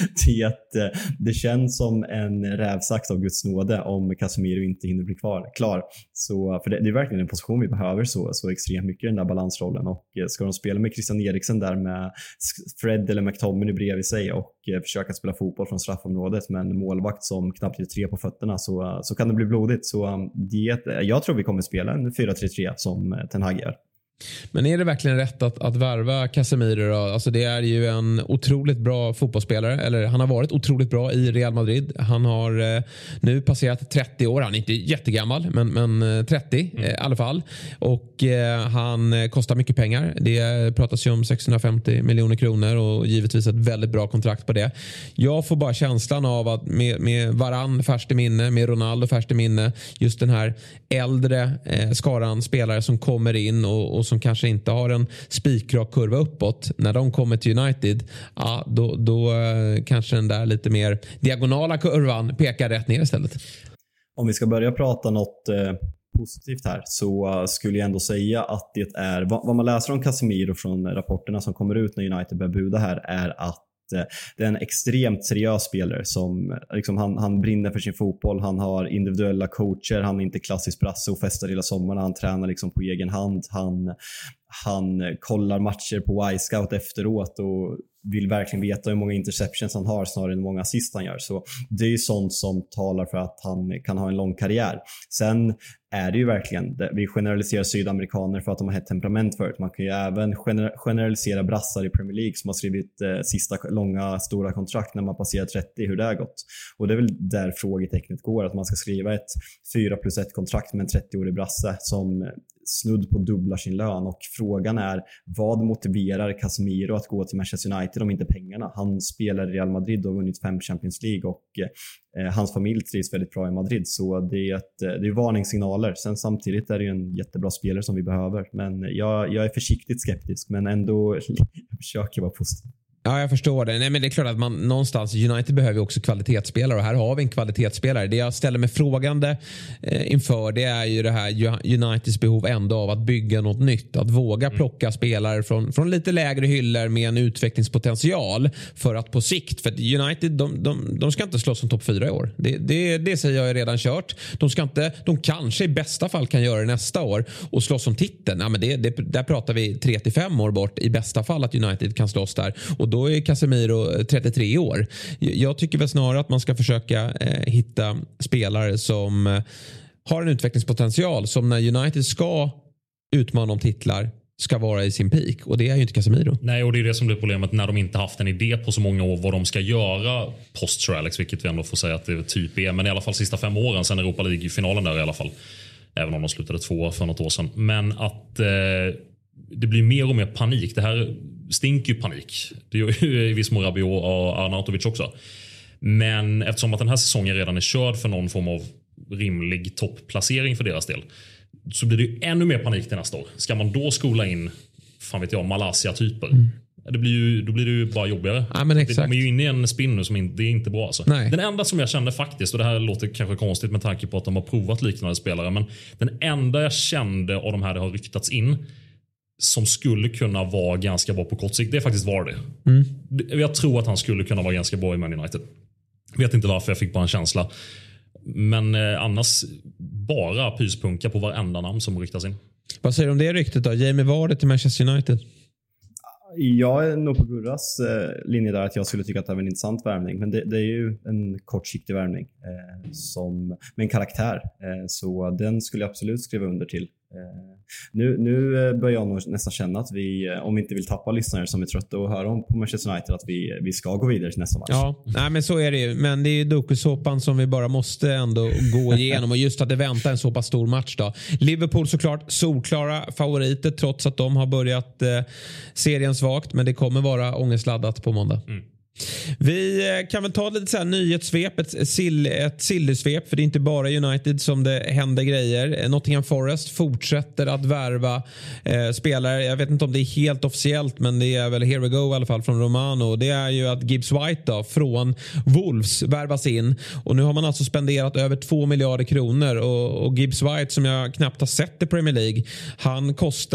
det känns som en rävsax av Guds nåde om Casemiro inte hinner bli klar. Så, för det är verkligen en position vi behöver så extremt mycket i den där balansrollen. Och ska de spela med Christian Eriksen där med Fred eller McTominay bredvid sig och försöka spela fotboll från straffområdet med en målvakt som knappt gör 3 på fötterna, så kan det bli blodigt. Så jag tror vi kommer spela en 4-3-3 som Ten Hag gör. Men är det verkligen rätt att värva Casemiro då? Alltså det är ju en otroligt bra fotbollsspelare, eller han har varit otroligt bra i Real Madrid. Han har nu passerat 30 år, han är inte jättegammal men 30 i alla fall, och han kostar mycket pengar. Det pratas ju om 650 miljoner kronor och givetvis ett väldigt bra kontrakt på det. Jag får bara känslan av att med Varane färskt i minne, med Ronaldo färskt i minne, just den här äldre skaran spelare som kommer in och som kanske inte har en spikrak kurva uppåt, när de kommer till United, då kanske den där lite mer diagonala kurvan pekar rätt ner istället. Om vi ska börja prata något positivt här, så skulle jag ändå säga att det är vad man läser om Casemiro från rapporterna som kommer ut när United börjar buda här, är att det är en extremt seriös spelare som liksom, han brinner för sin fotboll, han har individuella coacher, han är inte klassisk brasse och festar hela sommaren, han tränar liksom på egen hand, han kollar matcher på iScout efteråt och vill verkligen veta hur många interceptions han har snarare än hur många assist han gör. Så det är ju sånt som talar för att han kan ha en lång karriär. Sen är det ju verkligen, vi generaliserar sydamerikaner för att de har ett temperament förut. Man kan ju även generalisera brassar i Premier League som har skrivit sista långa stora kontrakt när man passerar 30, hur det har gått. Och det är väl där frågetecknet går, att man ska skriva ett 4+1 kontrakt med en 30-årig brasse som snudd på dubblar sin lön, och frågan är vad motiverar Casemiro att gå till Manchester United om inte pengarna. Han spelar i Real Madrid och har vunnit 5 Champions League, och hans familj trivs väldigt bra i Madrid, så det är varningssignaler. Sen samtidigt är det ju en jättebra spelare som vi behöver, men jag är försiktigt skeptisk, men ändå försöker vara positiv. Ja, jag förstår det. Nej, men det är klart att man någonstans, United behöver också kvalitetsspelare, och här har vi en kvalitetsspelare. Det jag ställer mig frågande inför, det är ju det här Uniteds behov ändå av att bygga något nytt, att våga plocka spelare från lite lägre hyllor med en utvecklingspotential för att på sikt, för United de ska inte slåss som topp 4 i år. Det säger jag är redan kört. De kanske i bästa fall kan göra det nästa år och slåss som titeln. Ja, men där pratar vi 3-5 år bort i bästa fall att United kan slåss där, och då är Casemiro 33 år. Jag tycker väl snarare att man ska försöka hitta spelare som har en utvecklingspotential, som när United ska utmana om titlar ska vara i sin peak. Och det är ju inte Casemiro. Nej, och det är det som blir problemet när de inte haft en idé på så många år vad de ska göra post-Sir Alex, vilket vi ändå får säga att det typ är. Men i alla fall sista 5 åren sen Europa League-finalen där i alla fall. Även om de slutade 2 för något år sedan. Men att det blir mer och mer panik. Det här stinker ju panik. Det gör ju i viss mån Rabiot och Arnautovic också. Men eftersom att den här säsongen redan är körd för någon form av rimlig toppplacering för deras del, så blir det ju ännu mer panik till nästa år. Ska man då skola in, fan vet jag, Malaysia-typer? Då blir det ju bara jobbigare. Ja, men exakt. De är ju inne i en spin nu som det är inte bra. Alltså. Den enda som jag kände faktiskt, och det här låter kanske konstigt med tanke på att de har provat liknande spelare, men den enda jag kände av de här det har ryktats in som skulle kunna vara ganska bra på kort sikt, det är faktiskt Vardy. Jag tror att han skulle kunna vara ganska bra i Man United. Vet inte varför, jag fick bara en känsla. Men annars bara pyspunka på varenda namn som ryktas in. Vad säger du om det ryktet då? Jamie Vardy till Manchester United? Jag är nog på Gurras linje där att jag skulle tycka att det var en intressant värvning. Men det är ju en kortsiktig värvning med en karaktär. Så den skulle jag absolut skriva under till. Nu börjar jag nog nästan känna att vi, om vi inte vill tappa lyssnare som är trötta och höra om på Manchester United, att vi ska gå vidare till nästa match. Ja, nej, men så är det ju. Men det är ju dokusåpan som vi bara måste ändå gå igenom. Och just att det väntar en så pass stor match då. Liverpool såklart solklara favoriter trots att de har börjat serien svagt. Men det kommer vara ångestladdat på måndag. Vi kan väl ta lite så här nyhetssvep, ett sillesvep, för det är inte bara United som det händer grejer. Nottingham Forest fortsätter att värva spelare. Jag vet inte om det är helt officiellt, men det är väl here we go i alla fall från Romano. Det är ju att Gibbs White då, från Wolves värvas in, och nu har man alltså spenderat över 2 miljarder kronor och Gibbs White, som jag knappt har sett i Premier League, han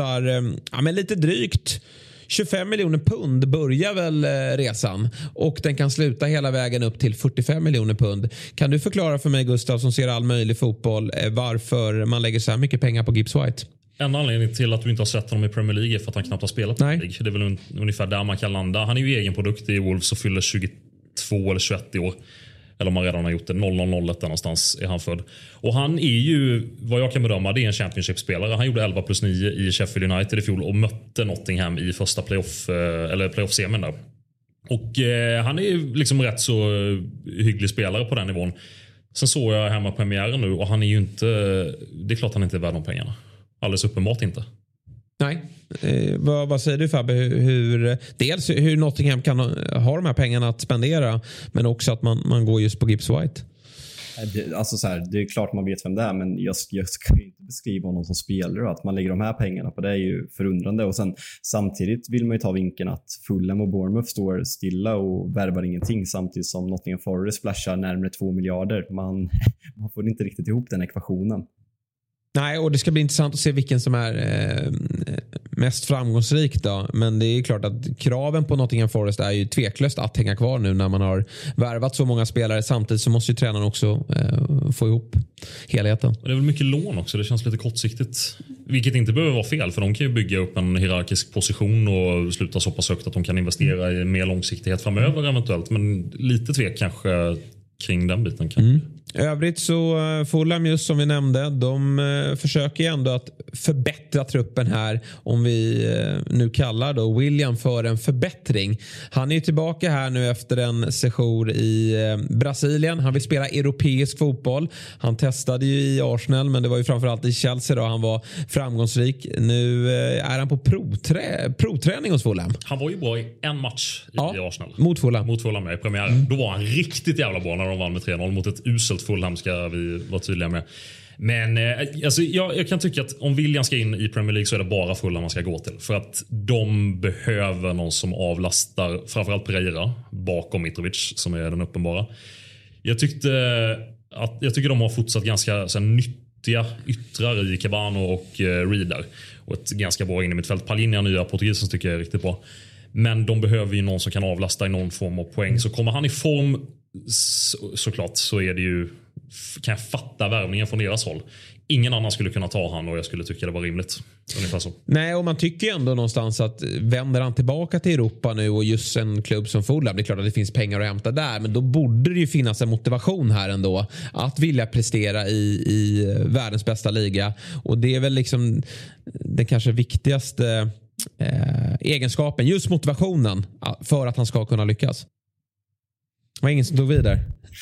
kostar men lite drygt 25 miljoner pund börjar väl resan, och den kan sluta hela vägen upp till 45 miljoner pund. Kan du förklara för mig, Gustav, som ser all möjlig fotboll, varför man lägger så här mycket pengar på Gibbs White? En anledning till att du inte har sett honom i Premier League är för att han knappt har spelat Premier League. Det är väl ungefär där man kan landa. Han är ju egen produkt i Wolves och fyller 22 eller 21 år. Eller om man redan har gjort det. 0001 där någonstans är han född. Och han är ju, vad jag kan bedöma, det är en Championship-spelare. Han gjorde 11+9 i Sheffield United i fjol och mötte Nottingham i första playoff-semin där. Och han är ju liksom rätt så hygglig spelare på den nivån. Sen såg jag hemma premiären nu, och han är ju inte, det är klart han inte är värd de pengarna. Alldeles uppenbart inte. Nej. Vad säger du, Fabbe? Dels hur Nottingham kan ha de här pengarna att spendera, men också att man går just på Gibbs White. Alltså så här, det är klart man vet vem det är, men jag ska inte beskriva honom som spelare. Att man lägger de här pengarna på det är ju förundrande. Och sen samtidigt vill man ju ta vinkeln att Fulham och Bournemouth står stilla och värvar ingenting, samtidigt som Nottingham Forest splashar närmare 2 miljarder. Man får inte riktigt ihop den ekvationen. Nej, och det ska bli intressant att se vilken som är mest framgångsrik då. Men det är klart att kraven på Nottingham Forest är ju tveklöst att hänga kvar nu när man har värvat så många spelare. Samtidigt så måste ju tränaren också få ihop helheten. Och det är väl mycket lån också, det känns lite kortsiktigt. Vilket inte behöver vara fel, för de kan ju bygga upp en hierarkisk position och sluta så pass högt att de kan investera i mer långsiktighet framöver eventuellt. Men lite tvek kanske kring den biten kanske. Övrigt så Fulham, just som vi nämnde, de försöker ju ändå att förbättra truppen här, om vi nu kallar då William för en förbättring. Han är ju tillbaka här nu efter en sejour i Brasilien. Han vill spela europeisk fotboll. Han testade ju i Arsenal, men det var ju framförallt i Chelsea då han var framgångsrik. Nu är han på provträning hos Fulham. Han var ju bra i en match i Arsenal. Mot Fulham i premiären. Då var han riktigt jävla bra när de vann med 3-0 mot ett uselt Fulham, ska vi vara tydliga med. Men alltså, jag kan tycka att om William ska in i Premier League så är det bara Fulham man ska gå till. För att de behöver någon som avlastar framförallt Pereira bakom Mitrovic, som är den uppenbara. Jag tycker de har fortsatt ganska så här, nyttiga yttrar i Cabano och Reader. Och ett ganska bra in i mittfält. Palhinha, nya portugisen, tycker jag är riktigt bra. Men de behöver ju någon som kan avlasta i någon form av poäng. Så kommer han i form, såklart, så är det ju kan jag fatta värvningen från deras håll. Ingen annan skulle kunna ta han och jag skulle tycka det var rimligt. Ungefär så. Nej, och man tycker ju ändå någonstans att vänder han tillbaka till Europa nu och just en klubb som Fulham, det är klart att det finns pengar att hämta där, men då borde det ju finnas en motivation här ändå att vilja prestera i världens bästa liga, och det är väl liksom den kanske viktigaste egenskapen, just motivationen för att han ska kunna lyckas. Det var ingen som tog vidare.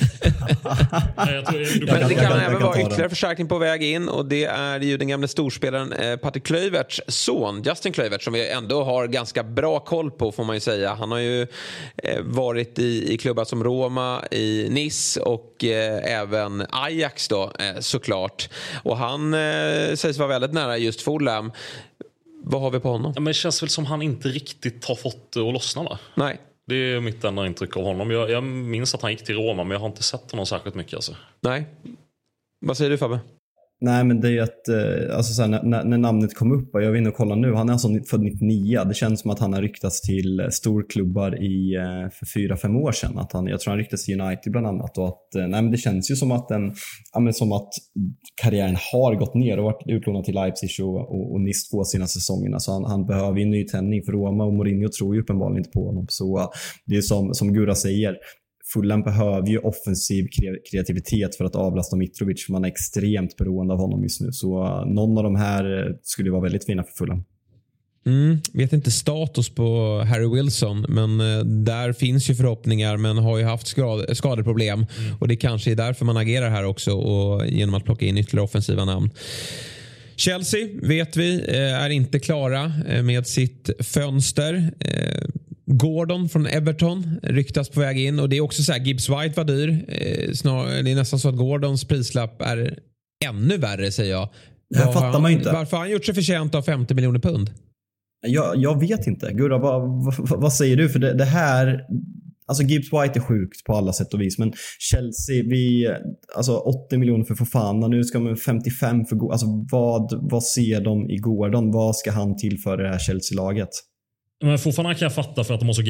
Men det kan även vara ytterligare förstärkning på väg in, och det är ju den gamla storspelaren Patrik Kluiverts son Justin Kluivert, som vi ändå har ganska bra koll på, får man ju säga. Han har ju varit i klubbar som Roma, i Nice och även Ajax då, såklart. Och han sägs vara väldigt nära just Fulham. Vad har vi på honom? Ja, men det känns väl som han inte riktigt har fått att lossna, va? Nej. Det är mitt enda intryck av honom. Jag minns att han gick till Roma, men jag har inte sett honom särskilt mycket. Alltså. Nej. Vad säger du, Fabbe? Nej, men det är ju att alltså så här, när namnet kom upp, och jag vill in och kolla nu, han är alltså född 99. Det känns som att han har ryktats till storklubbar för 4-5 år sedan. Jag tror han ryktas till United bland annat, och att nej, men det känns ju som att som att karriären har gått ner och varit utlånad till Leipzig och Nice 2 sina säsongerna, så han behöver ju en ny tändning för Roma, och Mourinho tror ju uppenbarligen inte på honom. Så det är som Gura säger, Fulham behöver ju offensiv kreativitet för att avlasta Mitrovic, för man är extremt beroende av honom just nu. Så någon av de här skulle vara väldigt fina för Fulham. Vet inte status på Harry Wilson, men där finns ju förhoppningar, men har ju haft skadeproblem, och det kanske är därför man agerar här också, och genom att plocka in ytterligare offensiva namn. Chelsea vet vi är inte klara med sitt fönster. Gordon från Everton ryktas på väg in, och det är också så här, Gibbs White var dyr. Det är nästan så att Gordons prislapp är ännu värre, säger jag. Det här fattar man inte. Varför har han gjort sig förtjänt av 50 miljoner pund? Jag vet inte. Gurra, vad säger du? För det här... Alltså Gibbs White är sjukt på alla sätt och vis, men Chelsea, 80 miljoner för Fofana, nu ska man 55 för... Alltså vad ser de i Gordon? Vad ska han tillföra det här Chelsea-laget? Men Fofana kan jag fatta för att de har så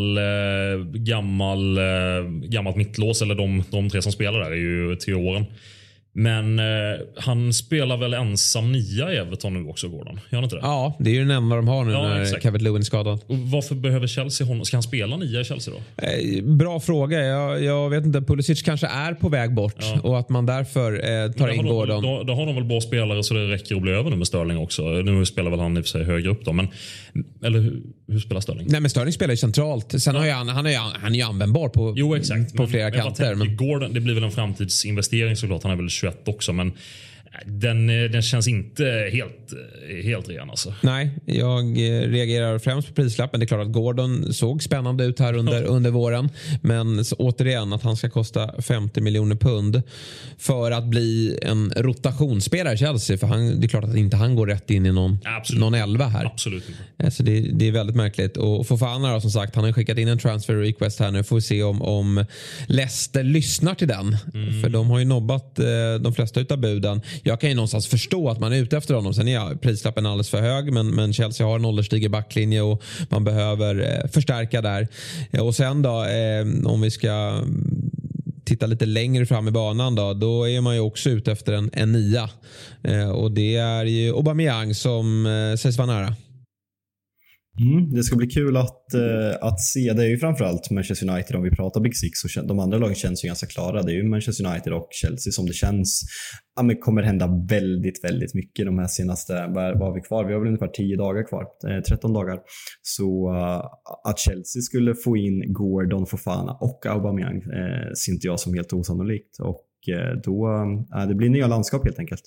gammalt mittlås, eller de tre som spelar där är ju till åren. Men han spelar väl ensam 9 i Everton nu också, Gordon? Gör han inte det? Ja, det är ju den enda de har nu när Kevin Lewin är skadad. Och varför behöver Chelsea honom? Ska han spela 9 i Chelsea då? Bra fråga. Jag vet inte. Pulisic kanske är på väg bort, och att man därför tar in Gordon. Då har de väl bra spelare så det räcker att bli över nu med Sterling också. Nu spelar väl han i och för sig högre upp då. Men, eller hur spelar Sterling? Nej, men Sterling spelar ju centralt. Sen har han är ju användbar på flera kanter. Men Gordon, det blir väl en framtidsinvestering såklart. Han är väl 21 också, men den känns inte helt ren alltså. Nej, jag reagerar främst på prislappen. Det är klart att Gordon såg spännande ut här under våren, men återigen att han ska kosta 50 miljoner pund för att bli en rotationsspelare i Chelsea, för det är klart att inte han går rätt in i någon 11 här. Absolut inte. Så det är väldigt märkligt. Och Fofana då, som sagt, han har skickat in en transfer request här nu. Får vi se om Leicester lyssnar till den, för de har ju nobbat de flesta utav buden. Jag kan ju någonstans förstå att man är ute efter honom. Sen är prislappen alldeles för hög, men Chelsea har en ålderstiger backlinje och man behöver förstärka där. Och sen då, om vi ska titta lite längre fram i banan då är man ju också ute efter en 9. Och det är ju Aubameyang som sägs vara nära. Det ska bli kul att se. Det är ju framförallt Manchester United, om vi pratar Big Six, så de andra lagen känns ju ganska klara. Det är ju Manchester United och Chelsea som det känns kommer hända väldigt, väldigt mycket de här senaste, vad har vi kvar? Vi har väl ungefär 10 dagar kvar, 13 dagar. Så att Chelsea skulle få in Gordon, Fofana och Aubameyang ser inte jag som helt osannolikt. Och då det blir nya landskap helt enkelt.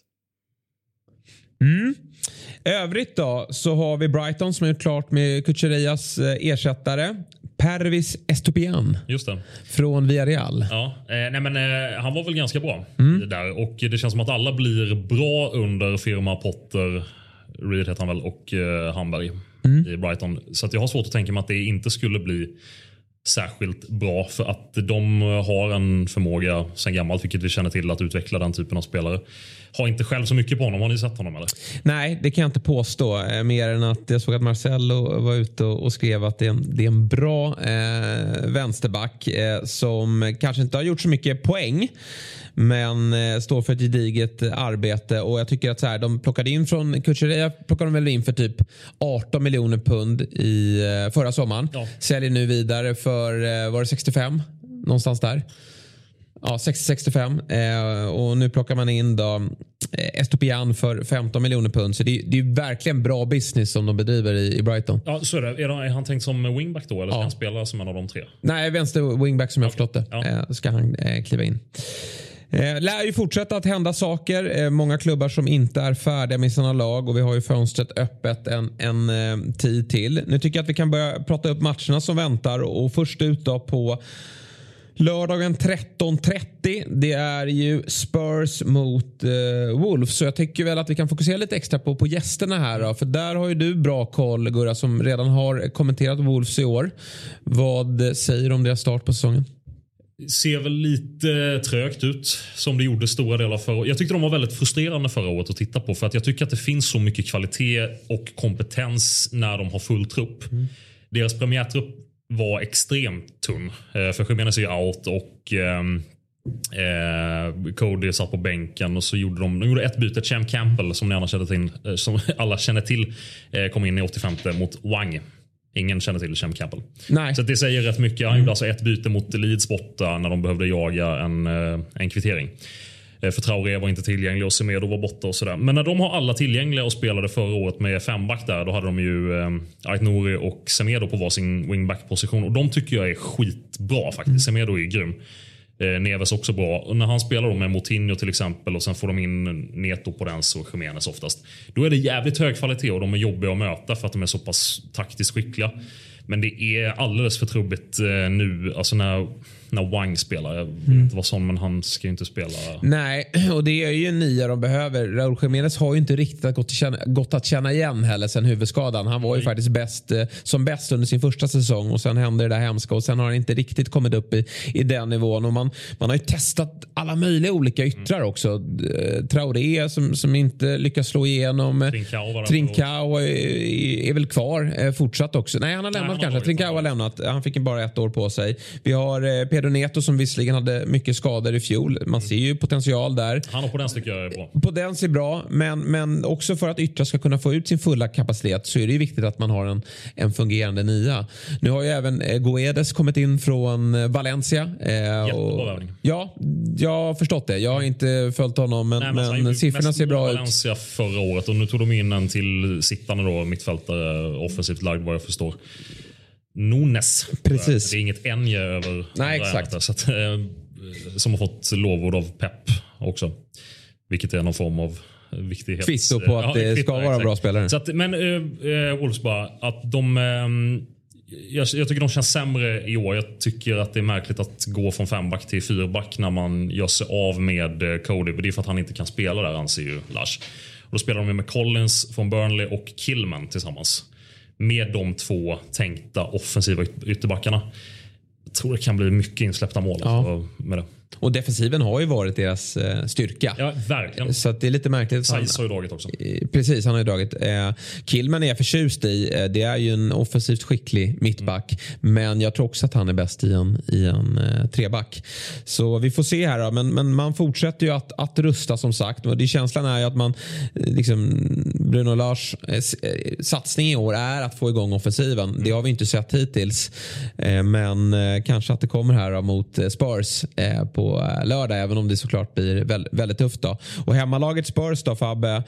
Övrigt då så har vi Brighton som är klart med Kuchereyas ersättare Pervis Estupiñán. Just det. Från Villarreal. Ja, han var väl ganska bra där, och det känns som att alla blir bra under firma Potter, Reed heter han väl, och Hamberg i Brighton. Så att jag har svårt att tänka mig att det inte skulle bli särskilt bra, för att de har en förmåga sen gammalt, vilket vi känner till, att utveckla den typen av spelare. har inte själv så mycket på honom. Har ni sett honom eller? Nej, det kan jag inte påstå. Mer än att jag såg att Marcelo var ute och skrev att det är en bra vänsterback som kanske inte har gjort så mycket poäng. Men står för ett gediget arbete. Och jag tycker att så här, de plockade in från Kuchereya, plockade de väl in för typ 18 miljoner pund i förra sommaren. Ja. Säljer nu vidare för, var det 65? Någonstans där. Ja, 60-65. Och nu plockar man in då Estopian för 15 miljoner pund. Så det är verkligen bra business som de bedriver i Brighton. Ja, så är det. Är han tänkt som wingback då? Eller ska han spela som en av de tre? Nej, vänster wingback som jag har förstått det. Ja. Ska han kliva in. Lär ju fortsätta att hända saker. Många klubbar som inte är färdiga med sina lag. Och vi har ju fönstret öppet en tid till. Nu tycker jag att vi kan börja prata upp matcherna som väntar. Och först ut då på lördagen 13.30. Det är ju Spurs mot Wolves. Så jag tycker väl att vi kan fokusera lite extra på gästerna här då. För där har ju du bra koll, Gurra, som redan har kommenterat Wolves i år. Vad säger du om deras start på säsongen? Ser väl lite trögt ut som det gjorde stora delar förra året. Jag tyckte de var väldigt frustrerande förra året att titta på. För att jag tycker att det finns så mycket kvalitet och kompetens när de har full trupp. Deras premiärtrupp var extremt tunn. För Jimenez är out och Cody satt på bänken och så gjorde de gjorde ett byte. Chem Campbell som alla känner till kom in i 85 mot Wang. Ingen känner till Chem Campbell. Nej. Så det säger rätt mycket. Han gjorde alltså ett byte mot Leeds borta när de behövde jaga en kvittering. För Traoré var inte tillgänglig och Semedo var borta och sådär. Men när de har alla tillgängliga och spelade förra året med femback där, då hade de ju Ait-Nouri och Semedo på varsin wingback-position. Och de tycker jag är skitbra faktiskt. Semedo är ju grym. Neves också bra. Och när han spelar med Moutinho till exempel och sen får de in Neto på den så Jimenez oftast. Då är det jävligt hög kvalitet och de är jobbiga att möta för att de är så pass taktiskt skickliga. Men det är alldeles för trubbigt nu. Alltså när Wang spelar. Jag vet inte vad sån, men han ska ju inte spela. Nej, och det är ju en nia de behöver. Raúl Jiménez har ju inte riktigt gått att känna igen heller sen huvudskadan. Han var ju faktiskt som bäst under sin första säsong och sen hände det där hemska och sen har han inte riktigt kommit upp i den nivån. Och man har ju testat alla möjliga olika yttrar också. Traoré som inte lyckas slå igenom. Trincao är väl kvar fortsatt också. Nej, han har lämnat kanske. Trincao har lämnat. Han fick bara 1 år på sig. Vi har Pedro Neto som visserligen hade mycket skador i fjol. Man ser ju potential där. Han och Podens tycker jag är bra. Podens är bra, men också för att yttra ska kunna få ut sin fulla kapacitet så är det ju viktigt att man har en fungerande nia. Nu har ju även Guedes kommit in från Valencia. Jättebra övning. Ja, jag har förstått det. Jag har inte följt honom, men siffrorna ser bra ut. Valencia förra året och nu tog de in en till sittande då, mittfältare, offensivt lagd vad jag förstår. Nunes. Precis. Det är inget änge över. Nej, exakt. Så att, som har fått lovord av Pep också. Vilket är någon form av viktighet. Kvitto på att det ska vara bra spelare. Så att, men Wolves bara att de jag tycker de känns sämre i år. Jag tycker att det är märkligt att gå från 5-back till 4-back när man gör sig av med Cody. Det är för att han inte kan spela där, anser ju Lars. Och då spelar de med Collins från Burnley och Killman tillsammans. Med de 2 tänkta offensiva ytterbackarna. Jag tror det kan bli mycket insläppta mål med det. Och defensiven har ju varit deras styrka. Ja, verkligen. Så att det är lite märkligt. Saiz har ju dragit också. Precis, han har ju dragit. Killman är jag förtjust i. Det är ju en offensivt skicklig mittback. Men jag tror också att han är bäst i en 3-back. Så vi får se här då. Men man fortsätter ju att rusta som sagt. Och känslan är ju att man liksom, Bruno Lars satsning i år är att få igång offensiven. Det har vi inte sett hittills. Men kanske att det kommer här då, mot Spurs på lördag, även om det såklart blir väldigt tufft då. Och hemmalaget Spurs då, Fabbe,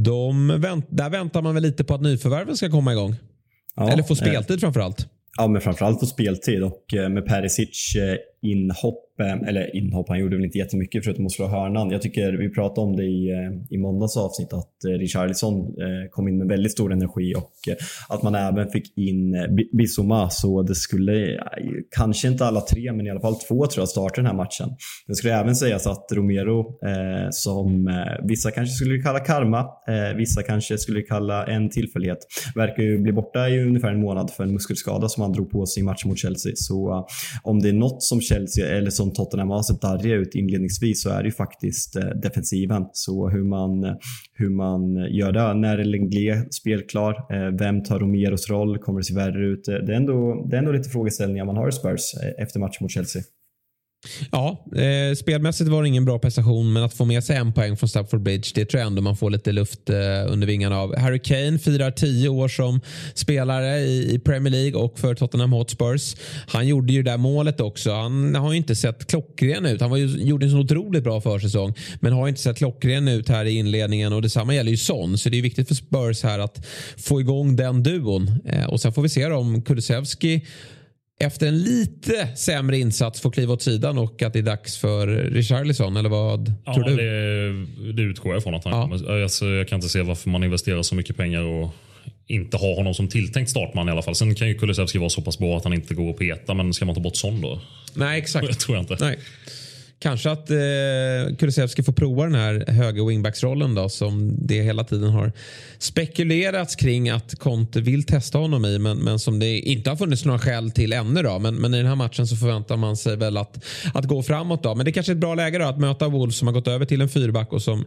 där väntar man väl lite på att nyförvärven ska komma igång. Ja, eller få speltid framförallt. Ja, men framförallt få speltid och med Perisic inhopp, han gjorde väl inte jättemycket förutom att slå hörnan. Jag tycker vi pratade om det i måndags avsnitt att Richarlison kom in med väldigt stor energi och att man även fick in Bissouma, så det skulle kanske inte alla 3 men i alla fall 2 tror jag starta den här matchen. Det skulle även sägas att Romero som vissa kanske skulle kalla karma, vissa kanske skulle kalla en tillfällighet, verkar ju bli borta i ungefär en månad för en muskelskada som han drog på sig i match mot Chelsea. Så om det är något som Chelsea eller som Tottenham har sett darriga ut inledningsvis, så är det ju faktiskt defensiven. Så hur man gör det. När är Lenglet spelklar? Vem tar Romeros roll? Kommer det se värre ut? Det är ändå lite frågeställningar man har i Spurs efter match mot Chelsea. Ja, spelmässigt var det ingen bra prestation, men att få med sig en poäng från Stamford Bridge, det tror jag ändå man får lite luft under vingarna av. Harry Kane firar 10 år som spelare i Premier League och för Tottenham Hotspurs. Han gjorde ju det där målet också. Han har ju inte sett klockren ut. Han gjorde en så otroligt bra försäsong, men har inte sett klockren ut här i inledningen, och detsamma gäller ju Son. Så det är viktigt för Spurs här att få igång den duon. Och sen får vi se om Kulusevski efter en lite sämre insats får kliva åt sidan och att det är dags för Richarlison, eller vad tror du? Det utgår jag från att han kommer. Alltså, jag kan inte se varför man investerar så mycket pengar och inte har honom som tilltänkt startman i alla fall. Sen kan ju Kulusevski vara så pass bra att han inte går att peta, men ska man ta bort Son då? Nej, exakt. Jag tror inte. Nej. Kanske att Kulusevski får prova den här höger wingbacksrollen då, som det hela tiden har spekulerats kring att Conte vill testa honom i, men som det inte har funnits några skäl till ännu då. Men i den här matchen så förväntar man sig väl att gå framåt då. Men det är kanske ett bra läge då att möta Wolves som har gått över till en fyrback och som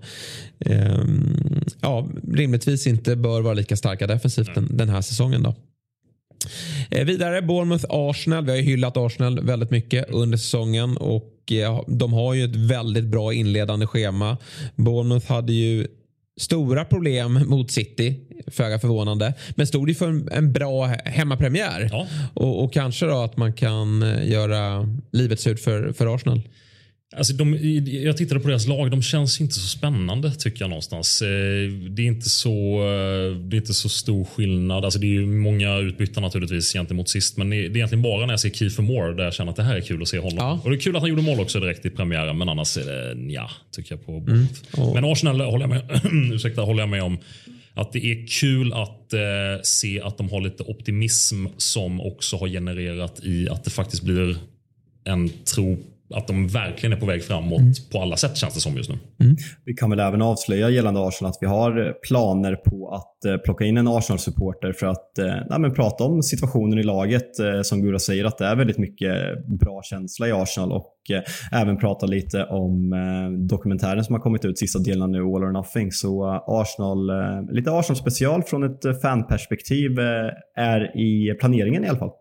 rimligtvis inte bör vara lika starka defensivt den här säsongen då. Vidare Bournemouth-Arsenal. Vi har ju hyllat Arsenal väldigt mycket under säsongen och de har ju ett väldigt bra inledande schema. Bournemouth hade ju stora problem mot City, föga förvånande, men stod ju för en bra hemmapremiär. Ja. Och kanske då att man kan göra livet surt för Arsenal. Alltså jag tittade på deras lag, de känns inte så spännande tycker jag någonstans. Det är inte så stor skillnad. Alltså det är ju många utbytta naturligtvis gentemot sist, men det är egentligen bara när jag ser Kiefer Moore där jag känner att det här är kul att se honom. Ja. Och det är kul att han gjorde mål också direkt i premiären, men annars är det tycker jag på. Men Arsenal håller jag med om att det är kul att se att de har lite optimism som också har genererat i att det faktiskt blir en tro att de verkligen är på väg framåt på alla sätt, känns det som just nu. Vi kan väl även avslöja gällande Arsenal att vi har planer på att plocka in en Arsenal-supporter för att prata om situationen i laget. Som Gura säger, att det är väldigt mycket bra känsla i Arsenal, och även prata lite om dokumentären som har kommit ut sista delen nu, All or Nothing. Så lite Arsenal-special från ett fanperspektiv är i planeringen i alla fall.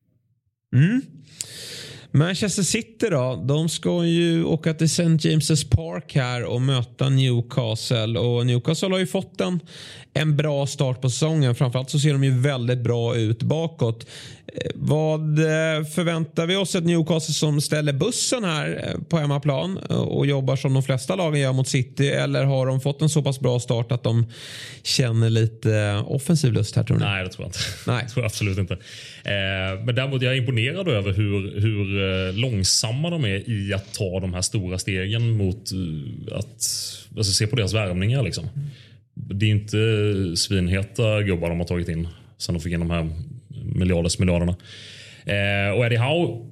Manchester City då, de ska ju åka till St. James's Park här och möta Newcastle, och Newcastle har ju fått en bra start på säsongen. Framförallt så ser de ju väldigt bra ut bakåt. Vad förväntar vi oss? Ett Newcastle som ställer bussen här på hemmaplan och jobbar som de flesta lagen gör mot City, eller har de fått en så pass bra start att de känner lite offensiv lust här, tror ni? Nej, det tror jag inte. Nej. Det tror jag absolut inte. Men däremot är jag imponerad över hur långsamma de är i att ta de här stora stegen mot att se på deras värvningar liksom. Det är inte svinheta gubbar de har tagit in sen de fick in de här miljarderna. Och Eddie Howe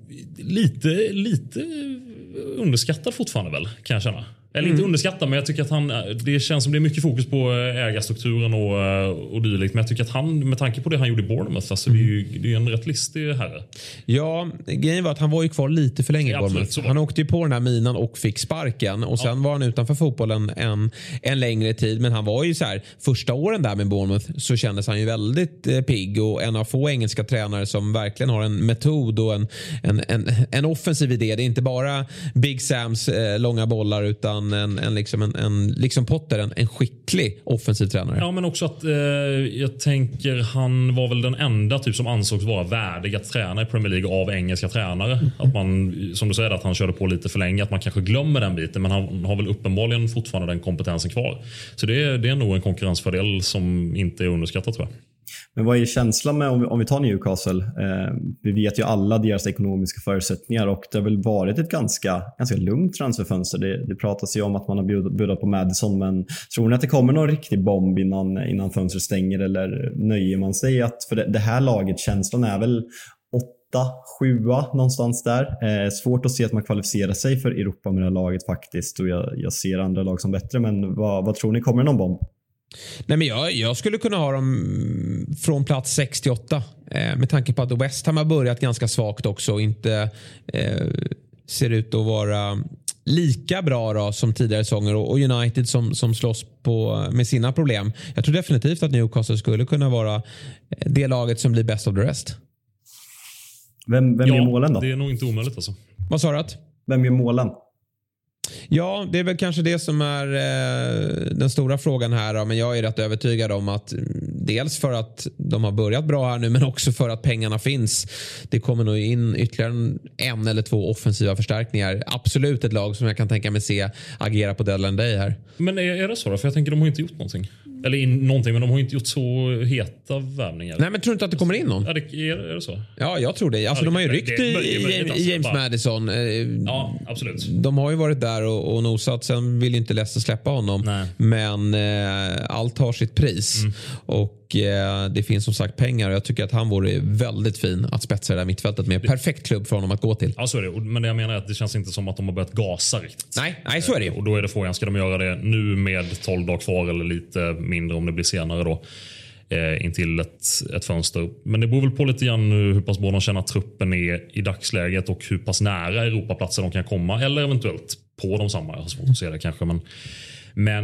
lite underskattad fortfarande väl, kan jag känna. Eller inte underskattad, men jag tycker att det känns som det är mycket fokus på ägarstrukturen och dylikt. Men jag tycker att han, med tanke på det han gjorde i Bournemouth, alltså det är ju en rätt listig herre. Ja, grejen var att han var ju kvar lite för länge i Bournemouth. Han åkte ju på den här minan och fick sparken. Och sen var han utanför fotbollen en längre tid. Men han var ju så här, första åren där med Bournemouth så kändes han ju väldigt pigg. Och en av få engelska tränare som verkligen har en metod och en offensiv idé. Det är inte bara Big Sams långa bollar, utan liksom Potter, en skicklig offensiv tränare. Ja, men också att jag tänker han var väl den enda typ som ansågs vara värdig att träna i Premier League av engelska tränare. Att man, som du säger, att han körde på lite för länge, att man kanske glömmer den biten, men han har väl uppenbarligen fortfarande den kompetensen kvar. Så det är nog en konkurrensfördel som inte är underskattat, tror jag. Men vad är känslan med, om vi tar Newcastle? Vi vet ju alla deras ekonomiska förutsättningar, och det har väl varit ett ganska lugnt transferfönster. Det pratas ju om att man har budat på Madison, men tror ni att det kommer någon riktig bomb innan fönstret stänger, eller nöjer man sig att, för det här laget, känslan är väl 8-7 någonstans där. Svårt att se att man kvalificerar sig för Europa med det här laget faktiskt, och jag ser andra lag som bättre, men vad tror ni, kommer det någon bomb? Nej, men jag skulle kunna ha dem från plats 68 med tanke på att West Ham har börjat ganska svagt också och inte ser ut att vara lika bra då som tidigare säsonger och United som slåss med sina problem. Jag tror definitivt att Newcastle skulle kunna vara det laget som blir best of the rest. Vem gör målen då? Det är nog inte omöjligt alltså. Vad sa du? Vem gör målen? Ja, det är väl kanske det som är den stora frågan här då, men jag är rätt övertygad om att dels för att de har börjat bra här nu, men också för att pengarna finns. Det kommer nog in ytterligare en eller två offensiva förstärkningar. Absolut ett lag som jag kan tänka mig se agera på deadline day här. Men är det så då? För jag tänker de har inte gjort någonting. Eller någonting, men de har inte gjort så heta värvningar. Nej, men tror du inte att det kommer in någon? Ja, är det så? Ja, jag tror det. Alltså, de har ju ryckt i James Madison. Ja, absolut. De har ju varit där och nosat. Sen vill ju inte Leicester släppa honom. Nej. Men allt har sitt pris. Och det finns som sagt pengar. Och jag tycker att han vore väldigt fin att spetsa det där mittfältet med. Perfekt klubb för honom att gå till. Ja, så är det. Men jag menar att det känns inte som att de har börjat gasa riktigt. Nej, så är det ju. Och då är det frågan, ska de göra det nu med 12 dagar kvar eller lite mindre om det blir senare då? Intill ett fönster. Men det beror väl på lite grann hur pass bra de känner att truppen är i dagsläget och hur pass nära Europaplatser de kan komma. Eller eventuellt på de samma. Jag har svårt att se det kanske. Men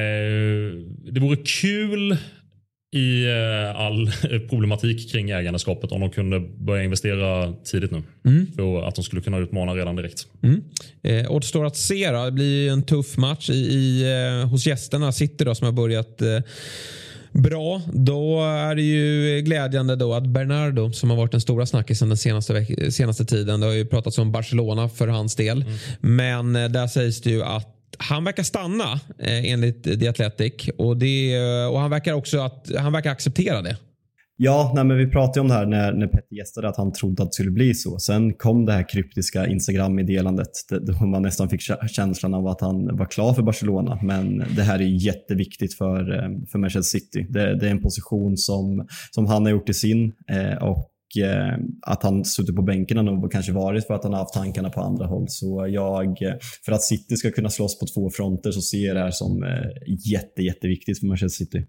det vore kul i all problematik kring ägandeskapet om de kunde börja investera tidigt nu. För att de skulle kunna utmana redan direkt. Återstår att se då. Det blir en tuff match hos gästerna. City då som har börjat bra. Då är det ju glädjande då att Bernardo, som har varit den stora snackisen den senaste tiden, det har ju pratats om Barcelona för hans del. Men där sägs det ju att han verkar stanna enligt The Athletic och han verkar acceptera det. Ja, men vi pratade om det här när Petter gästade, att han trodde att det skulle bli så. Sen kom det här kryptiska Instagram-meddelandet då man nästan fick känslan av att han var klar för Barcelona. Men det här är jätteviktigt för Manchester City. Det är en position som han har gjort till sin och att han suttit på bänken har nog kanske varit för att han har haft tankarna på andra håll. Så för att City ska kunna slåss på två fronter så ser jag det här som jätteviktigt för Manchester City.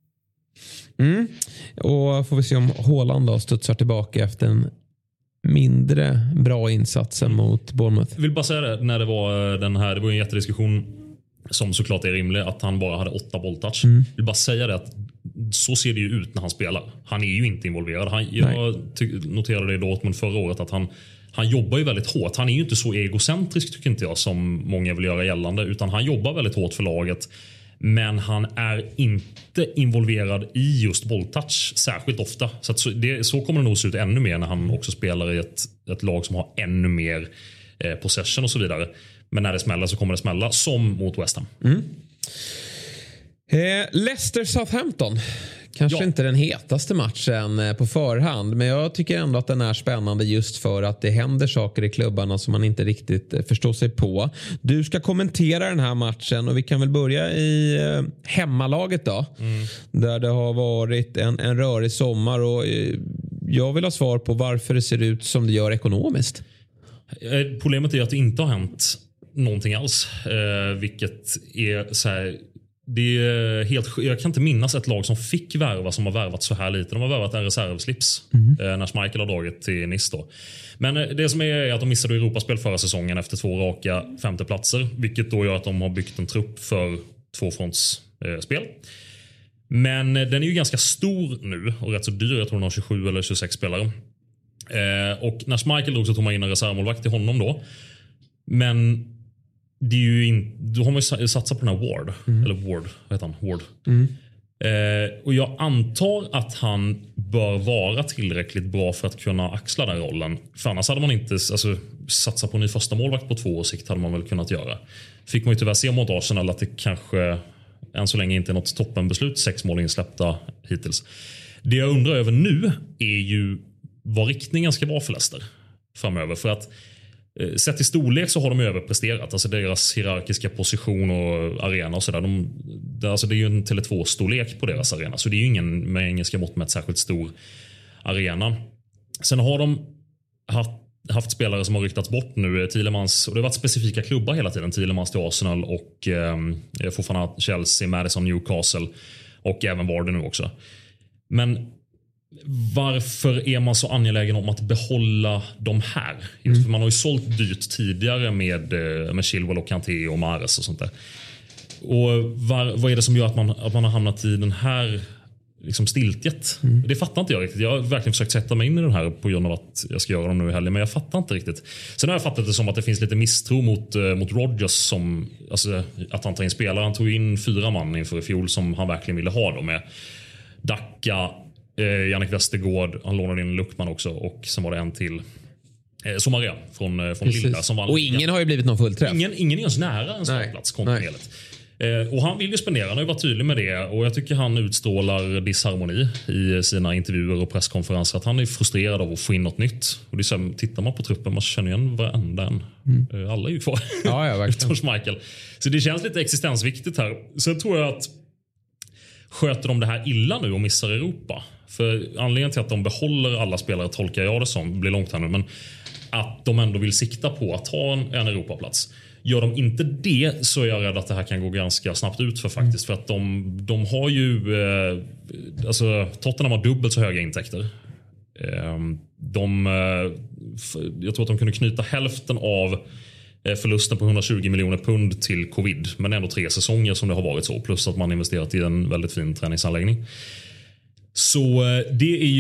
Och får vi se om Haaland då studsar tillbaka efter en mindre bra insatsen mot Bournemouth. Jag vill bara säga det, när det var en jättediskussion som såklart är rimlig, att han bara hade 8 bolltouch. Jag vill bara säga det, att så ser det ju ut när han spelar. Han är ju inte involverad. Jag noterade det i Dortmund förra året att han jobbar ju väldigt hårt. Han är ju inte så egocentrisk, tycker inte jag, som många vill göra gällande, utan han jobbar väldigt hårt för laget. Men han är inte involverad i just bolltouch särskilt ofta. Så kommer det nog se ut ännu mer när han också spelar i ett lag som har ännu mer possession och så vidare. Men när det smäller så kommer det smälla, som mot West Ham. Leicester Southampton. Kanske inte den hetaste matchen på förhand, men jag tycker ändå att den är spännande just för att det händer saker i klubbarna som man inte riktigt förstår sig på. Du ska kommentera den här matchen och vi kan väl börja i hemmalaget då. Där det har varit en rörig sommar och jag vill ha svar på varför det ser ut som det gör ekonomiskt. Problemet är att det inte har hänt någonting alls, vilket är så här. Det är jag kan inte minnas ett lag som fick värva som har värvat så här lite. De har värvat en reservslips när Schmeichel har dragit till Nice då. Men det som är att de missade Europaspel förra säsongen efter 2 raka 5:e platser, vilket då gör att de har byggt en trupp för 2-frontsspel. Men den är ju ganska stor nu och rätt så dyr. Jag tror de har 27 eller 26 spelare. Och när Schmeichel drog så tog man in en reservmålvakt till honom då. Men det är ju då har man ju satsat på den här Ward. Eller Ward, vad heter han? Ward. Och jag antar att han bör vara tillräckligt bra för att kunna axla den rollen. För annars hade man inte satsat på en ny första målvakt på 2 års sikt, hade man väl kunnat göra. Fick man ju tyvärr se mot Arsenal att det kanske än så länge inte är något toppenbeslut. 6 mål insläppta hittills. Det jag undrar över nu är ju vad riktningen ska vara för Leicester framöver. För att sett i storlek så har de överpresterat. Alltså deras hierarkiska position och arena och sådär. Det är ju en Tele2-storlek på deras arena. Så det är ju ingen med engelska mått med ett särskilt stor arena. Sen har de haft spelare som har ryktats bort nu. Tielemans, och det har varit specifika klubbar hela tiden. Tielemans till Arsenal och Fofana, Chelsea, Madison, Newcastle och även Vardy nu också. Men varför är man så angelägen om att behålla de här? Just för man har ju sålt dyrt tidigare med Chilwell och Kanté och Mahrez och sånt där. Och vad är det som gör att man har hamnat i den här liksom stiltjet? Det fattar inte jag riktigt. Jag har verkligen försökt sätta mig in i den här på grund av att jag ska göra dem nu i helgen, men jag fattar inte riktigt. Sen har jag fattat det som att det finns lite misstro mot Rodgers, som, alltså, att han tar in spelare. Han tog in 4 man inför i fjol som han verkligen ville ha då, med Dacka, Jannik Westergaard, han lånade in Luckman också, och sen var det en till Somaria från Lilla som vann. Och ingen har ju blivit någon fullträff. Ingen är ens nära en startplats kontinuerligt. Och han vill ju spendera, han har ju varit tydlig med det, och jag tycker han utstrålar disharmoni i sina intervjuer och presskonferenser, att han är frustrerad av att få in något nytt. Och det är så, tittar man på truppen, man känner igen varenda en. Alla är ju kvar. Ja, verkligen. Michael. Så det känns lite existensviktigt här. Sen tror jag att sköter de det här illa nu och missar Europa, för anledningen till att de behåller alla spelare, tolkar jag det som, blir långt här nu, men att de ändå vill sikta på att ta en Europaplats. Gör de inte det, så är jag rädd att det här kan gå ganska snabbt ut för faktiskt. För att de har ju alltså Tottenham har dubbelt så höga intäkter. Jag tror att de kunde knyta hälften av förlusten på 120 miljoner pund till covid, men ändå 3 säsonger som det har varit så, plus att man investerat i en väldigt fin träningsanläggning. Så det är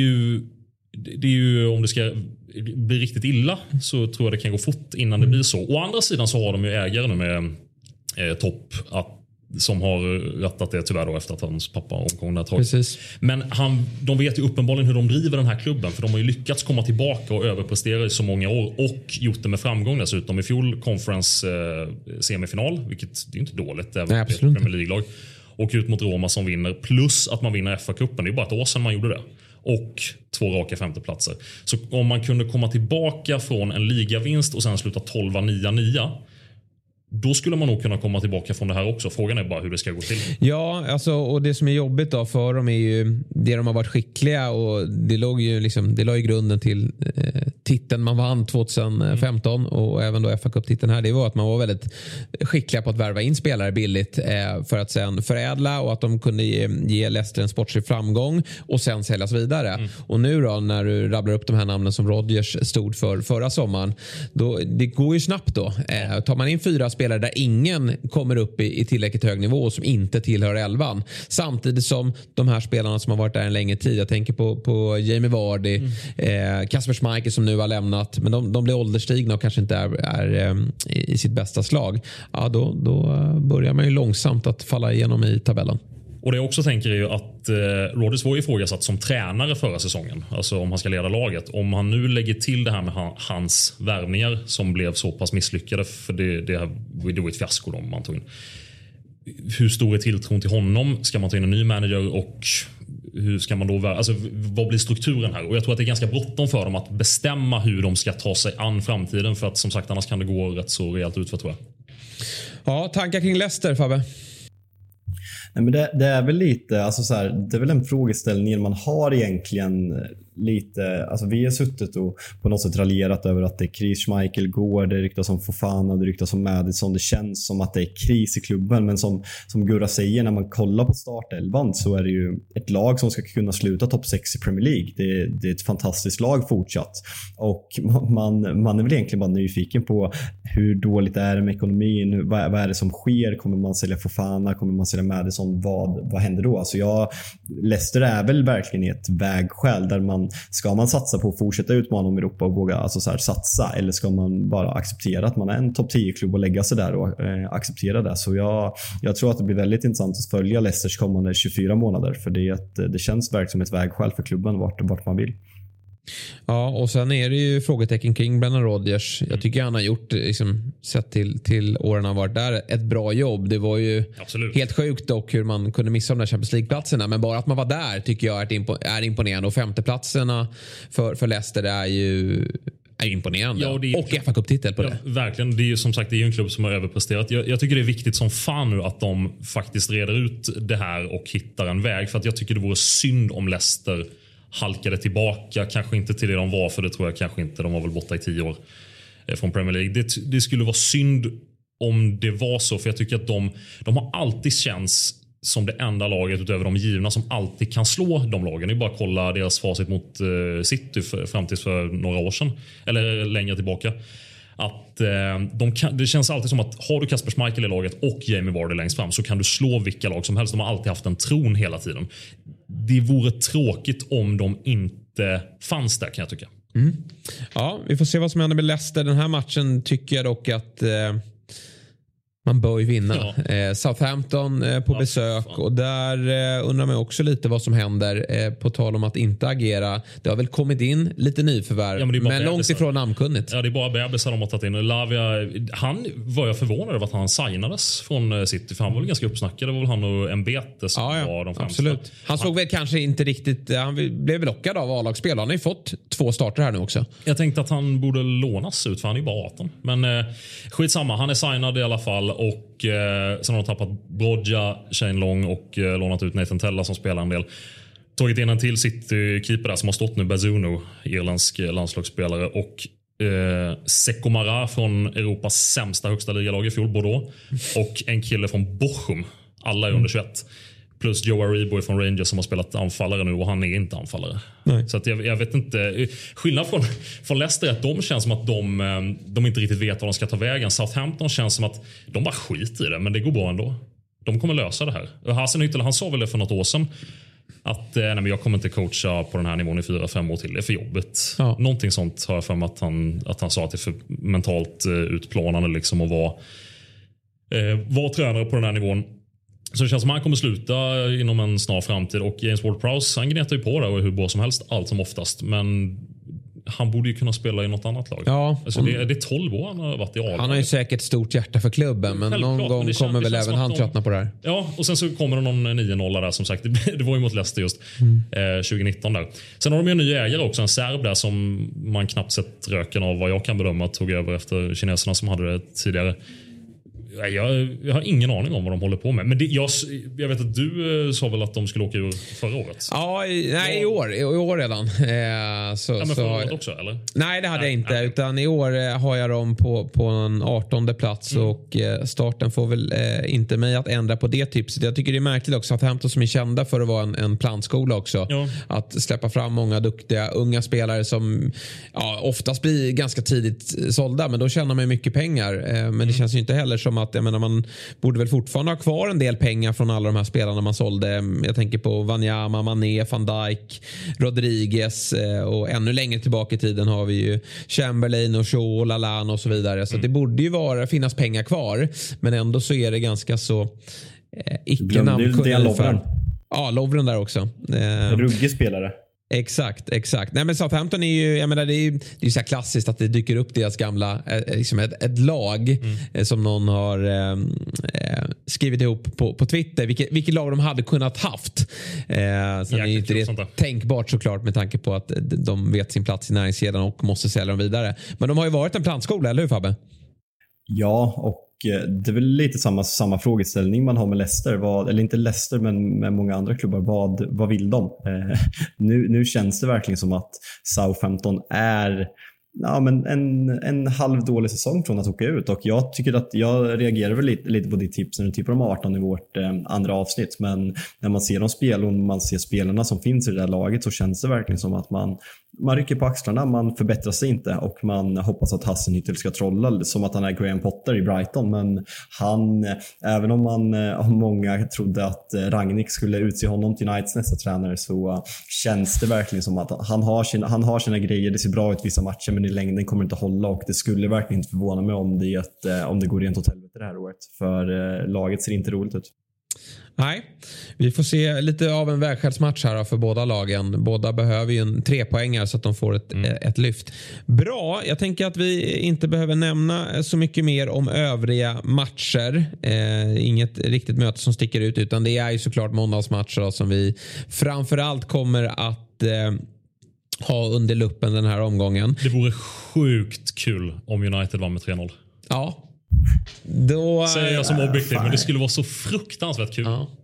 ju om det ska bli riktigt illa, så tror jag det kan gå fort innan det blir så. Å andra sidan så har de ju ägare nu med Topp som har rättat det tyvärr då, efter att hans pappa omkom där tag. Precis. Men de vet ju uppenbarligen hur de driver den här klubben, för de har ju lyckats komma tillbaka och överprestera i så många år, och gjort det med framgång dessutom. I fjol conference semifinal, vilket det är inte dåligt även ett Premier League-lag, och ut mot Roma som vinner, plus att man vinner FA-cupen. Det är bara ett år sedan man gjorde det. Och 2 raka 5:e-platser. Så om man kunde komma tillbaka från en ligavinst och sen sluta 12-9-9, då skulle man nog kunna komma tillbaka från det här också. Frågan är bara hur det ska gå till. Ja, alltså, och det som är jobbigt då för dem är ju det de har varit skickliga, och det låg ju liksom, det la ju grunden till titeln man vann 2015 och även då FA Cup-titeln här. Det var att man var väldigt skickliga på att värva in spelare billigt för att sen förädla, och att de kunde ge Leicester en sportslig framgång och sen säljas vidare. Och nu då, när du rabblar upp de här namnen som Rodgers stod för förra sommaren, då, det går ju snabbt då. Tar man in 4 spelare där ingen kommer upp i tillräckligt hög nivå och som inte tillhör 11, samtidigt som de här spelarna som har varit där en längre tid, jag tänker på Jamie Vardy, Kasper Schmeichel som nu har lämnat, men de blir ålderstigna och kanske inte är i sitt bästa slag. Ja, då börjar man ju långsamt att falla igenom i tabellen. Och det jag också tänker är ju att Rodgers var ifrågasatt som tränare förra säsongen. Alltså om han ska leda laget. Om han nu lägger till det här med hans värvningar som blev så pass misslyckade, för det var ett fiasko då man tog in. Hur stor är tilltron till honom? Ska man ta in en ny manager, och hur ska man då alltså vad blir strukturen här? Och jag tror att det är ganska bråttom för dem att bestämma hur de ska ta sig an framtiden, för att som sagt annars kan det gå rätt så rejält ut för, tror jag. Ja, tankar kring Leicester, Fabbe? Nej, men det är väl lite, alltså så här, det är väl en frågeställning man har egentligen lite, alltså vi har suttit och på något sätt raljerat över att det är kris. Schmeichel går, det ryktas om Fofana, det ryktas om Madison, det känns som att det är kris i klubben, men som Gurra säger, när man kollar på startelvan så är det ju ett lag som ska kunna sluta topp 6 i Premier League. Det är ett fantastiskt lag fortsatt, och man är väl egentligen bara nyfiken på hur dåligt är det med ekonomin, vad är det som sker, kommer man sälja Fofana, kommer man sälja Madison, vad händer då? Alltså Leicester är väl verkligen i ett vägskäl där ska man satsa på att fortsätta utmana om Europa och våga alltså så här, satsa, eller ska man bara acceptera att man är en topp 10-klubb och lägga sig där och acceptera det? Så jag tror att det blir väldigt intressant att följa Leicesters kommande 24 månader, för det känns verkligen som ett vägskäl för klubben vart man vill. Ja, och sen är det ju frågetecken kring Brendan Rodgers. Jag tycker han har gjort, liksom, sett till åren han varit där, ett bra jobb. Det var ju helt sjukt dock hur man kunde missa de där Champions League-platserna, men bara att man var där tycker jag är imponerande. Och 5:e-platserna för Leicester är ju imponerande. Ja, och FA Cup-titel på det. Verkligen, det är ju som sagt, det är ju en klubb som har överpresterat. Jag tycker det är viktigt som fan nu att de faktiskt reder ut det här och hittar en väg, för att jag tycker det vore synd om Leicester halkade tillbaka, kanske inte till det de var, för det tror jag kanske inte, de var väl borta i 10 år från Premier League. Det skulle vara synd om det var så, för jag tycker att de har alltid känts som det enda laget utöver de givna som alltid kan slå de lagen. Det är bara att kolla deras facit mot City fram tills för några år sedan. Eller längre tillbaka. Att det känns alltid som att har du Kasper Schmeichel i laget och Jamie Vardy längst fram så kan du slå vilka lag som helst. De har alltid haft en tron hela tiden. Det vore tråkigt om de inte fanns där, kan jag tycka. Ja, vi får se vad som händer med Leicester. Den här matchen tycker jag dock att man bör ju vinna. Ja. Southampton på besök. Och där undrar man också lite vad som händer på tal om att inte agera. Det har väl kommit in lite nyförvärv, men långt ifrån namnkunnigt. Ja, det är bara bebisar de har tagit in. Lavia, han var jag förvånad över att han signades från City. För han var väl ganska uppsnackad. Det var väl han och Mbete som var de främsta. Absolut. Han såg väl kanske inte riktigt... Han blev väl lockad av A-lagsspel. Han har ju fått 2 starter här nu också. Jag tänkte att han borde lånas ut för han är bara 18. Men skitsamma, han är signad i alla fall. Och sen har de tappat Brodja, Shane Long och lånat ut Nathan Tella som spelar en del. Tagit in en till City-keeper där som har stått nu, Bazunu, irländsk landslagsspelare, och Seko Mara från Europas sämsta högsta ligalag i fjol, Bordeaux, och en kille från Bochum. Alla är under 21. Plus Joe Aribo från Rangers som har spelat anfallare nu och han är inte anfallare. Nej. Så att jag vet inte. Skillnad från Leicester är att de känns som att de inte riktigt vet vad de ska ta vägen. Southampton känns som att de bara skiter i det, men det går bra ändå. De kommer lösa det här. Hasenhüttl, han sa väl det för något år sedan att nej, men jag kommer inte coacha på den här nivån i 4-5 år till. Det är för jobbigt. Ja. Någonting sånt har jag för mig att han sa att det är för mentalt utplånande liksom att vara tränare på den här nivån. Så det känns som att han kommer sluta inom en snar framtid. Och James Ward-Prowse, han gnetar ju på det och är hur bra som helst, allt som oftast. Men han borde ju kunna spela i något annat lag. Ja, alltså det är 12 år han har varit i A-laget. Han har ju säkert stort hjärta för klubben, men någon gång kommer väl även han tröttna på det här. Ja, och sen så kommer det någon 9-0 där som sagt. Det var ju mot Leicester just 2019 där. Sen har de ju en ny ägare också, en serb där som man knappt sett röken av vad jag kan bedöma tog över efter kineserna som hade det tidigare. Jag har ingen aning om vad de håller på med. Men jag vet att du sa väl att de skulle åka ur förra året. Ja, i år redan. Men förra året också, eller? Nej, det hade jag inte. Nej. Utan i år har jag dem på en 18:e plats. Och starten får väl inte mig att ändra på det tipset. Jag tycker det är märkligt också att Hampton som är kända för att vara en plantskola också. Ja. Att släppa fram många duktiga unga spelare som oftast blir ganska tidigt sålda. Men då tjänar man mycket pengar. Men det känns ju inte heller som att jag menar, man borde väl fortfarande ha kvar en del pengar från alla de här spelarna man sålde. Jag tänker på Wanyama, Mané, Van Dijk, Rodriguez och ännu längre tillbaka i tiden har vi ju Chamberlain och Shaw och Lallana och så vidare. Så det borde ju finnas pengar kvar, men ändå så är det ganska så icke-namnkunnigt för... Ja, Lovren där också. Ruggig spelare. Exakt. Nej, men Southampton är ju, jag menar, det är ju så här klassiskt att det dyker upp deras gamla liksom ett lag som någon har skrivit ihop på Twitter vilket lag de hade kunnat haft. Sen är ju inte det tänkbart såklart med tanke på att de vet sin plats i näringskedjan och måste sälja dem vidare. Men de har ju varit en plantskola, eller hur Fabbe? Ja, och det är väl lite samma frågeställning man har med Leicester. Eller inte Leicester, men med många andra klubbar. Vad vill de? Nu känns det verkligen som att Southampton är men en halvdålig säsong från att åka ut. Och jag tycker att jag reagerar väl lite på ditt tips när du tippar om 18 i vårt andra avsnitt. Men när man ser dem spela och man ser spelarna som finns i det där laget så känns det verkligen som att man rycker på axlarna, man förbättrar sig inte och man hoppas att Hasenhüttl ska trolla som att han är Graham Potter i Brighton. Men även om många trodde att Rangnick skulle utse honom till Uniteds nästa tränare så känns det verkligen som att han har sina grejer. Det ser bra ut vissa matcher, men i längden kommer det inte hålla och det skulle verkligen inte förvåna mig om det går rent åt helvete det här året. För laget ser inte roligt ut. Nej, vi får se lite av en vägskälsmatch här för båda lagen. Båda behöver ju en 3-poängare så att de får ett lyft. Bra, jag tänker att vi inte behöver nämna så mycket mer om övriga matcher. Inget riktigt möte som sticker ut, utan det är ju såklart måndagsmatcher då, som vi framförallt kommer att ha under luppen den här omgången. Det vore sjukt kul om United var med 3-0. Ja. Säger jag som objektiv, men det skulle vara så fruktansvärt kul. Ja.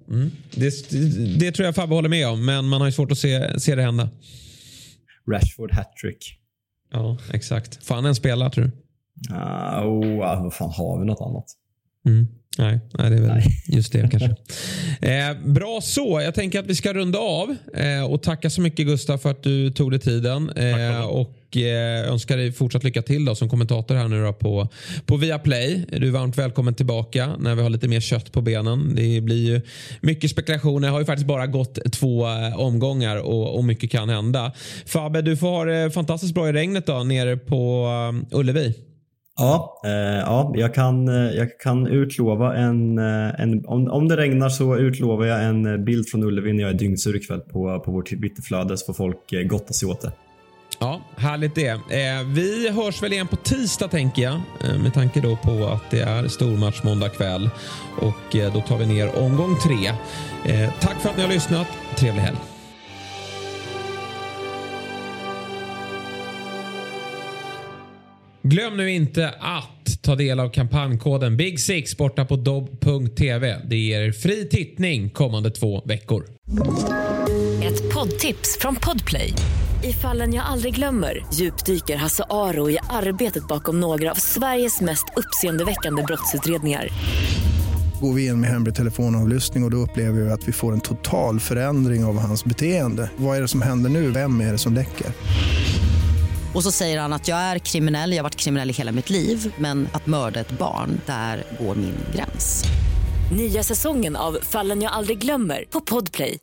Det tror jag Fabbe håller med om, men man har ju svårt att se det hända. Rashford hattrick. Ja, exakt. Fan en spelare, tror du? Vad fan, har vi något annat? Nej, det är väl just det kanske. Bra så. Jag tänker att vi ska runda av. Och tacka så mycket Gustav för att du tog dig tiden. Och önskar dig fortsatt lycka till då, som kommentator här nu då på Viaplay. Du är varmt välkommen tillbaka när vi har lite mer kött på benen. Det blir ju mycket spekulationer. Det har ju faktiskt bara gått 2 omgångar och mycket kan hända. Fabbe, du får ha det fantastiskt bra i regnet då nere på Ullevi. Ja, jag kan utlova om det regnar så utlovar jag en bild från Ullevi när jag är dyngsur ikväll på vårt Twitterflöde, så får folk gotta sig åt det. Ja, härligt det. Vi hörs väl igen på tisdag tänker jag, med tanke då på att det är stormatch måndag kväll, och då tar vi ner omgång 3. Tack för att ni har lyssnat. Trevlig helg. Glöm nu inte att ta del av kampanjkoden Big Six borta på dobb.tv. Det ger er fri tittning kommande 2 veckor. Ett poddtips från Podplay. I Fallen jag aldrig glömmer djupdyker Hasse Aro i arbetet bakom några av Sveriges mest uppseendeväckande brottsutredningar. Går vi in med hemlig telefonavlyssning och då upplever vi att vi får en total förändring av hans beteende. Vad är det som händer nu? Vem är det som läcker? Och så säger han att jag är kriminell, jag har varit kriminell i hela mitt liv, men att mörda ett barn, där går min gräns. Nya säsongen av Fallen jag aldrig glömmer på Podplay.